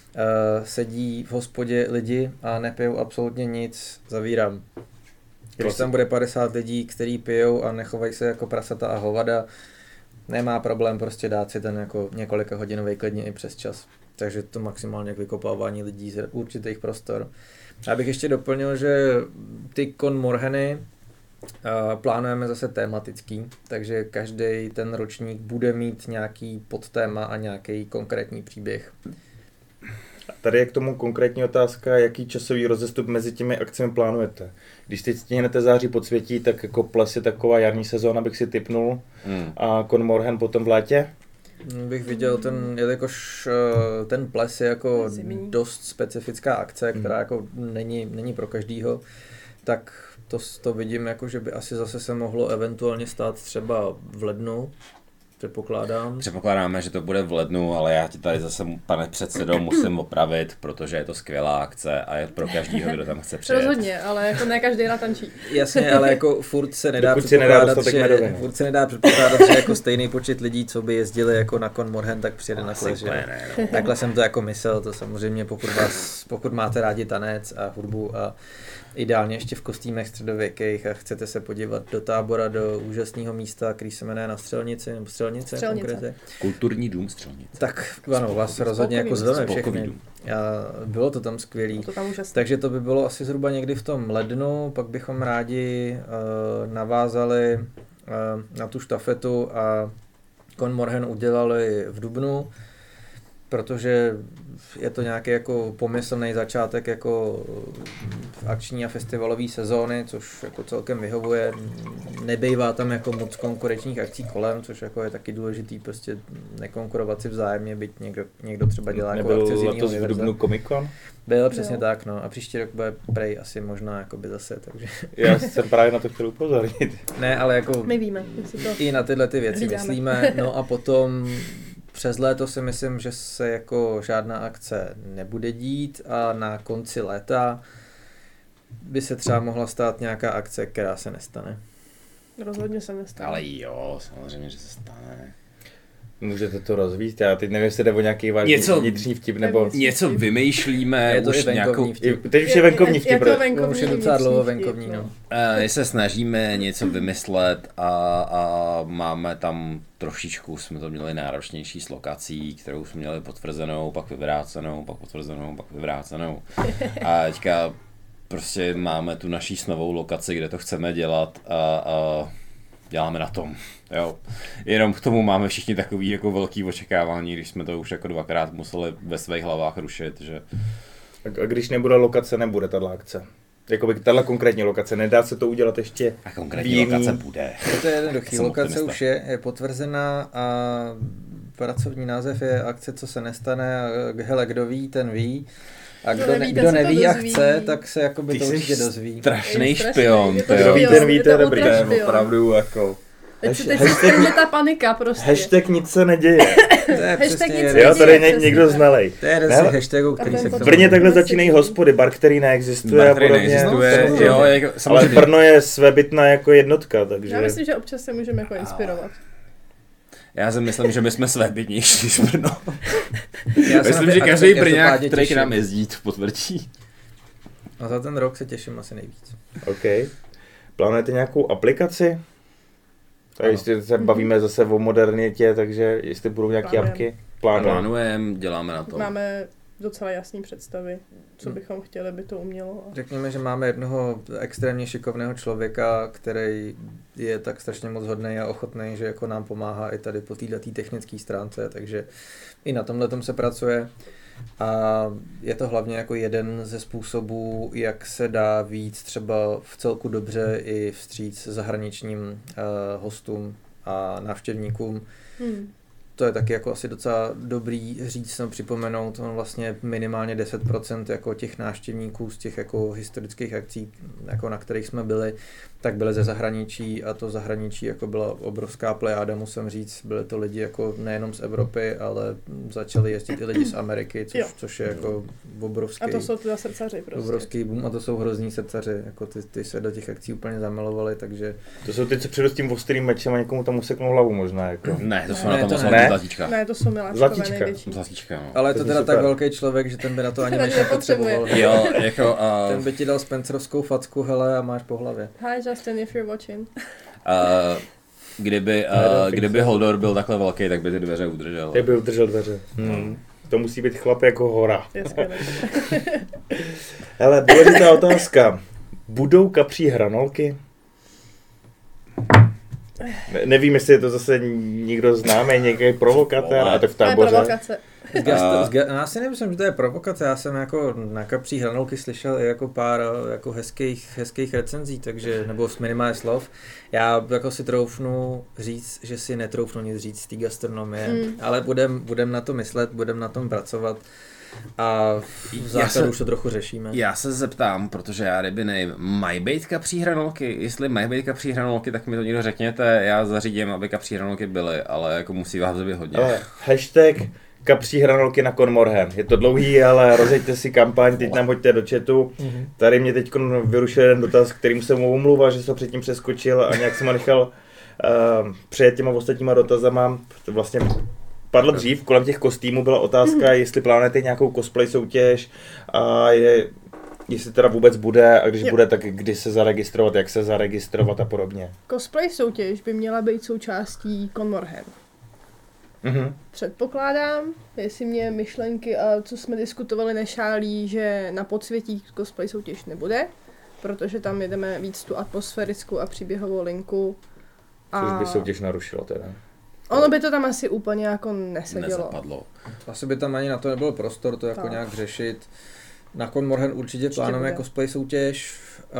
sedí v hospodě lidi a nepijou absolutně nic, zavírám. Když tam bude 50 lidí, kteří pijou a nechovají se jako prasata a hovada, nemá problém prostě dát si ten jako několika hodinový klidně i přes čas. Takže to maximálně k vykopávání lidí z určitých prostor. Já bych ještě doplnil, že ty Conmorheny plánujeme zase tematický, takže každý ten ročník bude mít nějaký podtéma a nějaký konkrétní příběh. Tady je k tomu konkrétní otázka, jaký časový rozestup mezi těmi akcemi plánujete. Když teď stihnete září podsvětí, tak jako ples je taková jarní sezóna, bych si tipnul. A Conmorhen potom v létě? Bych viděl, jelikož ten ples je jako dost specifická akce, která jako není pro každýho, tak to vidím jako, že by asi zase se mohlo eventuálně stát třeba v lednu. Předpokládáme, že to bude v lednu, ale já ti tady zase, pane předsedo, musím opravit, protože je to skvělá akce a je pro každýho, kdo tam chce přijet. Rozhodně, ale jako ne každý natančí. Jasně, ale jako furt se nedá předpokládat, že jako stejný počet lidí, co by jezdili jako na Conmorhen, tak přijede na kole. Takhle jsem to jako myslel, to samozřejmě, pokud máte rádi tanec a hudbu a ideálně ještě v kostýmech středověkých a chcete se podívat do Tábora, do úžasného místa, který se jmenuje na Střelnici, nebo Střelnice. Konkrétně. Kulturní dům Střelnice. Tak ano, vás rozhodně jako zveme všechny. Bylo to tam skvělý. Takže to by bylo asi zhruba někdy v tom lednu, pak bychom rádi navázali na tu štafetu a Conmorhen udělali v dubnu, protože je to nějaký jako pomyslný začátek jako akční a festivalové sezóny, což jako celkem vyhovuje. Nebejvá tam jako moc konkurenčních akcí kolem, což jako je taky důležitý, prostě nekonkurovat si vzájemně, byť někdo třeba dělá jako akce z jiného univerza. Nebyl letos v dubnu Comic-Con? Bylo přesně tak, no. A příští rok bude prej asi možná jakoby zase, takže... Já jsem právě na to chtěl upozornit. Ne, ale jako... My víme, i na tyhle ty věci myslíme, no a potom... Přes léto si myslím, že se jako žádná akce nebude dít a na konci léta by se třeba mohla stát nějaká akce, která se nestane. Rozhodně se nestane. Ale jo, samozřejmě, že se stane. Můžete to rozvíjet, já teď nevím, jestli jde o nějaký vážný vnitřní vtip, nebo... Něco vymýšlíme, je to už nějakou... vtip. Teď už je venkovní vtip. Už je docela dlouho venkovní, no. My se snažíme něco vymyslet a máme tam trošičku, jsme to měli náročnější s lokací, kterou jsme měli potvrzenou, pak vyvrácenou, pak potvrzenou, pak vyvrácenou. A teďka prostě máme tu naší snovou lokaci, kde to chceme dělat a děláme na tom, jo. Jenom k tomu máme všichni takový jako velký očekávání, když jsme to už jako 2krát museli ve svých hlavách rušit, že... A když nebude lokace, nebude tato akce. Jakoby tato konkrétní lokace, nedá se to udělat ještě a konkrétní lokace bude. To je jednoduchý, lokace už je potvrzená a pracovní název je akce, co se nestane a hele, kdo ví, ten ví. A kdo neví a chce, tak se jakoby to určitě dozví. Strašný špion. Kdo ví, ten ví, to je dobrý. To je opravdu jako... Teď se ta panika prostě. Hashtag nic se neděje. To je hashtag nic Jo, tady je někdo znalej. To je jeden z těch hashtagů, který se v Brně takhle začínají hospody, bar, který neexistuje a podobně. Jo, jako, ale Brno je svébytná jako jednotka, takže... Já myslím, že občas se můžeme jako inspirovat. Já si myslím, že my jsme svébytnější než Brno. Myslím, že každý Brňák, který k nám jezdí, to potvrdí. A za ten rok se těším asi nejvíc. OK. Plánujete nějakou aplikaci? Tak jestli se bavíme zase o modernitě, takže jestli budou nějaké apky? Plánujeme, děláme na to. Máme docela jasné představy, co bychom chtěli, by to umělo. Řekněme, že máme jednoho extrémně šikovného člověka, který je tak strašně moc hodný a ochotný, že jako nám pomáhá i tady po této technické stránce, takže i na tomhletom se pracuje. A je to hlavně jako jeden ze způsobů, jak se dá víc třeba v celku dobře i vstříc zahraničním hostům a návštěvníkům. To je taky jako asi docela dobrý říct, no, připomenout, on vlastně minimálně 10% jako těch návštěvníků z těch jako historických akcí, jako na kterých jsme byli, tak byly ze zahraničí a to zahraničí jako byla obrovská plejáda, musím říct, byly to lidi jako nejenom z Evropy, ale začali jezdit i lidi z Ameriky, což je jako obrovský. A to jsou teda srdcaři prostě. Obrovský boom a to jsou hrozný srdcaři, jako ty se do těch akcí úplně zamilovali, takže... To jsou ty, co přijdu s tím ostrým mečem a někomu tam useknou hlavu možná, jako. Ne, to jsou na tom zlatíčka. Ne, to jsou miláčkové největší. Zlatíčka, no. Ale to teda tak velký člověk, že ten by na to ani nepotřeboval. Jo, jako... Ten by ti dal Spencerovskou facku, hele, a máš po hlavě. Hi Justin, if you're watching. Kdyby Holdor byl takhle velký, tak by ty dveře udržel. Tak by udržel dveře. To musí být chlap jako hora. Hele, důležitá otázka. Budou kapří hranolky? Nevím, jestli je to zase někdo známý, nějaký provokatér, a to v Táboře. To je provokace. Já si nemyslím, že to je provokace, já jsem jako na kapří hranolky slyšel i jako pár jako hezkých recenzí, takže, nebo minimálně slov. Já jako si troufnu říct, že si netroufnu nic říct z té gastronomie, ale budem na to myslet, budem na tom pracovat. A v základu už to trochu řešíme. Já se zeptám, protože já ryby nevím, mají být kapří hranolky? Jestli mají být kapří hranolky, tak mi to někdo řekněte, já zařídím, aby kapří hranolky byly, ale jako musí vás být hodně. Ale hashtag kapří hranolky na Conmorhen. Je to dlouhý, ale rozjeďte si kampaň, teď nám hoďte do chatu. Tady mě teď vyrušil jeden dotaz, kterým jsem mu omlouval, že jsem předtím přeskočil a nějak jsem ho nechal přejet těma ostatníma dotazama. Vlastně padl dřív, kolem těch kostýmů byla otázka, jestli plánujete nějakou cosplay soutěž a jestli teda vůbec bude a když bude, tak kdy se zaregistrovat, jak se zaregistrovat a podobně. Cosplay soutěž by měla být součástí Conmorhen. Předpokládám, jestli mě myšlenky a co jsme diskutovali nešálí, že na Podsvětí cosplay soutěž nebude, protože tam jedeme víc tu atmosférickou a příběhovou linku. Což by soutěž narušilo teda. Ono by to tam asi úplně jako nesedělo. Nezapadlo. Asi by tam ani na to nebyl prostor to jako nějak řešit. Na Conmorhen určitě plánujeme cosplay soutěž,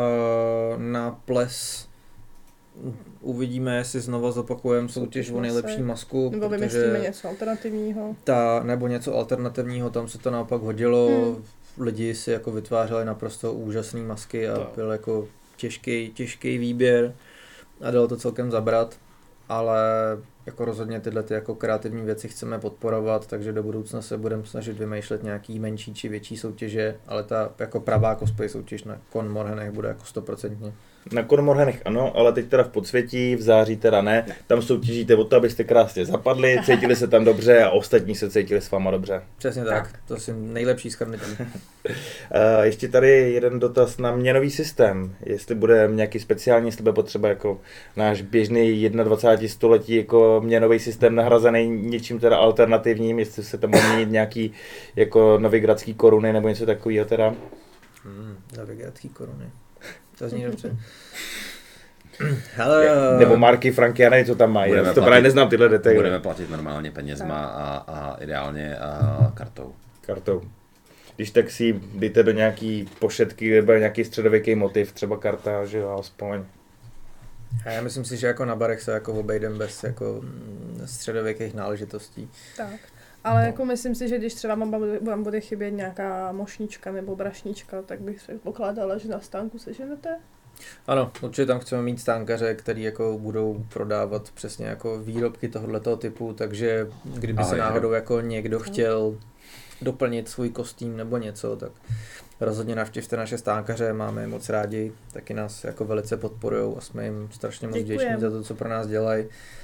na ples uvidíme, jestli znova zopakujeme soutěž o nejlepší masku. Nebo vymyslíme něco alternativního. Nebo něco alternativního, tam se to naopak hodilo. Lidi si jako vytvářeli naprosto úžasné masky a byl jako těžký výběr a dalo to celkem zabrat. Ale jako rozhodně tyhle jako kreativní věci chceme podporovat, takže do budoucna se budeme snažit vymýšlet nějaký menší či větší soutěže, ale ta jako pravá cosplay soutěž na Conmorhenech bude jako 100%. Na Conmorhenech ano, ale teď teda v Podsvětí, v září teda ne. Tam soutěžíte o to, abyste krásně zapadli, cítili se tam dobře a ostatní se cítili s váma dobře. Přesně tak. To je nejlepší shrnutí. Ještě tady jeden dotaz na měnový systém. Jestli bude nějaký speciální, jestli bude potřeba jako náš běžný 21. století jako měnový systém nahrazený něčím teda alternativním, jestli se tam bude měnit nějaký jako novigradský koruny nebo něco takového teda. Novigradský koruny. To zní dobře. Hele, Nebo marky Franky, já nevím, co tam mají. Já to právě neznám tyhle detaily. Budeme platit normálně penězma a ideálně kartou. Kartou. Když tak si dejte do nějaký pošetky nebo nějaký středověký motiv, třeba karta, že jo, aspoň. A já myslím si, že jako na barech se jako obejdem bez jako středověkých náležitostí. Tak. Ale jako myslím si, že když třeba vám bude chybět nějaká mošnička nebo brašnička, tak bych se pokládala, že na stánku seženete. Ano, určitě tam chceme mít stánkaře, který jako budou prodávat přesně jako výrobky tohoto typu, takže kdyby se náhodou jako někdo chtěl doplnit svůj kostým nebo něco, tak rozhodně navštivte naše stánkaře, máme je moc rádi, taky nás jako velice podporujou a jsme jim strašně moc vděční za to, co pro nás dělají.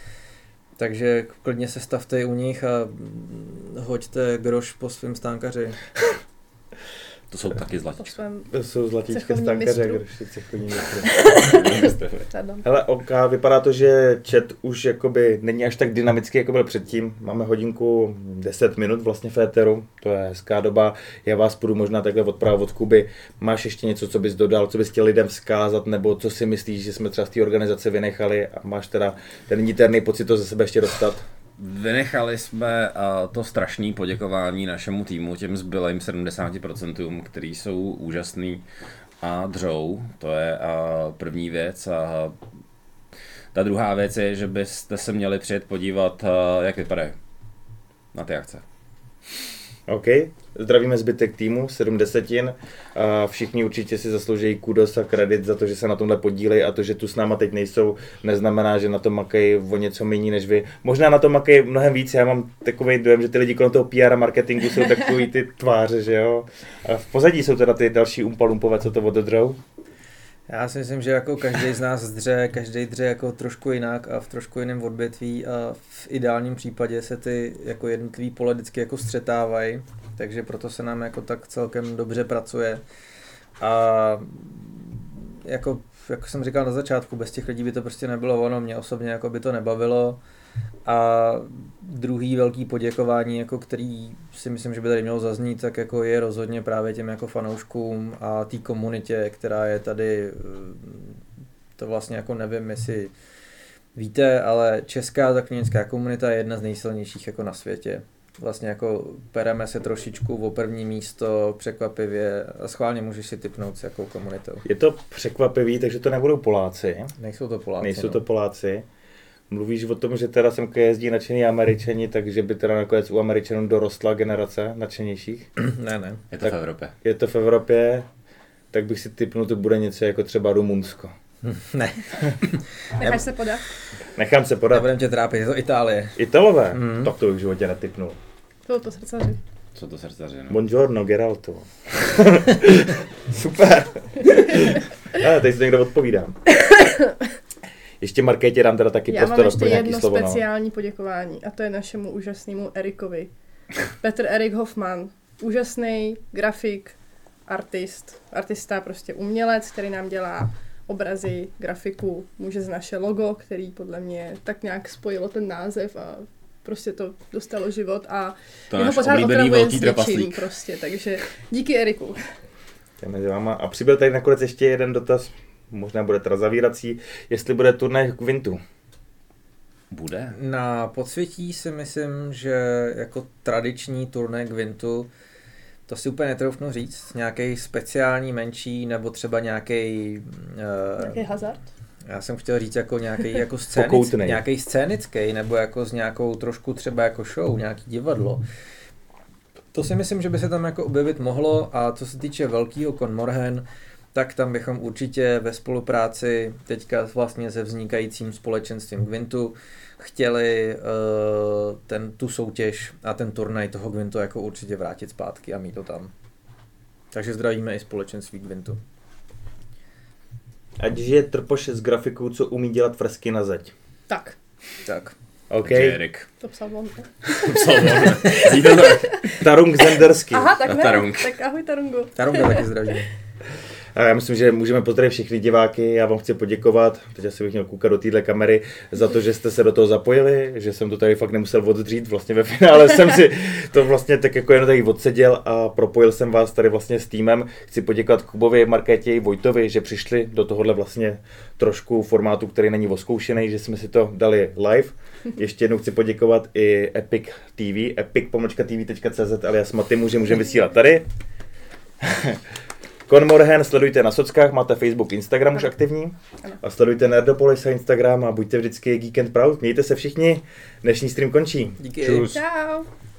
Takže klidně se stavte i u nich a hoďte groš po svým stánkaři. To jsou taky zlatíčka. To jsou zlatíčka stánkaře, groši, cechovní mistru. Hele, OK, vypadá to, že chat už jakoby není až tak dynamický, jako byl předtím. Máme hodinku 10 minut vlastně v éteru, to je hezká doba. Já vás půjdu možná takhle odpravit od Kuby. Máš ještě něco, co bys dodal, co bys chtěl lidem vzkázat, nebo co si myslíš, že jsme třeba z té organizace vynechali a máš teda ten niterný pocit to ze sebe ještě dostat? Vynechali jsme to strašné poděkování našemu týmu, těm zbylým 70%, který jsou úžasný a dřou. To je první věc. A ta druhá věc je, že byste se měli přijet podívat, jak vypadají na ty akce. OK, zdravíme zbytek týmu, 7 desetin. Všichni určitě si zaslouží kudos a kredit za to, že se na tomhle podílejí a to, že tu s náma teď nejsou, neznamená, že na tom makají o něco méně než vy. Možná na tom makají mnohem víc, já mám takový dojem, že ty lidi kolem toho PR a marketingu jsou takový ty tváře, že jo. A v pozadí jsou teda ty další umpalumpové, co to odedřou. Já si myslím, že jako každý z nás každý dře jako trošku jinak a v trošku jiném odvětví a v ideálním případě se ty jako jednotlivý pole vždycky jako střetávají, takže proto se nám jako tak celkem dobře pracuje. A jako jsem říkal na začátku, bez těch lidí by to prostě nebylo ono, mě osobně jako by to nebavilo. A druhý velký poděkování, jako který si myslím, že by tady mělo zaznít, tak jako je rozhodně právě těm jako fanouškům a té komunitě, která je tady, to vlastně jako nevím, jestli víte, ale česká zaklinická komunita je jedna z nejsilnějších jako na světě. Vlastně jako pereme se trošičku o první místo překvapivě a schválně můžeš si tipnout s jakou komunitou. Je to překvapivý, takže to nebudou Poláci. Nejsou to Poláci. Nejsou to Poláci. Mluvíš o tom, že teda semka jezdí nadšený Američani, takže by teda nakonec u Američanů dorostla generace nadšenějších? Ne. Je to v Evropě. Je to v Evropě, tak bych si tipnul, to bude něco jako třeba Rumunsko. Ne. Necháš se podat? Nechám se podat. Nebudem tě trápit, je to Itálie. Italové? Tak to bych v životě netipnul. To srdcaři. Co to srdcaři, no? Buongiorno, Geralto. Super. Teď si někdo odpovídám. Ještě Markétě dám teda taky prostor. Já mám ještě jedno speciální poděkování a to je našemu úžasnému Erikovi. Petr Erik Hoffman, úžasný grafik, artista, prostě umělec, který nám dělá obrazy, grafiku, může z naše logo, který podle mě tak nějak spojilo ten název a prostě to dostalo život a jeho pořád otravuje s něčím prostě, takže díky Eriku. A přibyl tady nakonec ještě jeden dotaz, možná bude teda zavírací, jestli bude turnaj Gvintu. Bude? Na podsvětí si myslím, že jako tradiční turnaj Gvintu, to si úplně netroufnu říct, nějaký speciální, menší, nebo třeba nějaký hazard? Já jsem chtěl říct jako nějaký jako nějaký scénický, nebo jako s nějakou trošku třeba jako show, nějaký divadlo. To si myslím, že by se tam jako objevit mohlo a co se týče velkýho Con Morhen, tak tam bychom určitě ve spolupráci teďka vlastně se vznikajícím společenstvím Gvintu chtěli tu soutěž a ten turnaj toho Gvintu jako určitě vrátit zpátky a mít to tam. Takže zdravíme i společenství Gvintu. Ať žije Trpoš s grafikou, co umí dělat fresky na zeď. Tak. OK. To psal on. Tarung Zendersky. Aha, tak ne. Tak ahoj Tarungu. Tarunga taky zdravím. A já myslím, že můžeme pozdravit všechny diváky. Já vám chci poděkovat, teď asi bych měl koukat do téhle kamery, za to, že jste se do toho zapojili, že jsem to tady fakt nemusel oddřít. Vlastně ve finále jsem si to vlastně tak jako jen tady odseděl a propojil jsem vás tady vlastně s týmem. Chci poděkovat Kubovi, Markétě i Vojtovi, že přišli do tohohle vlastně trošku formátu, který není oskoušený, že jsme si to dali live. Ještě jednou chci poděkovat i Epic TV, epic.tv.cz, alias Matimu, že můžeme vysílat tady. Con Morhen sledujte na sockách, máte Facebook, Instagram už aktivní. A sledujte Nerdopolis a Instagram a buďte vždycky geek and proud. Mějte se všichni, dnešní stream končí. Díky. Čus. Čau.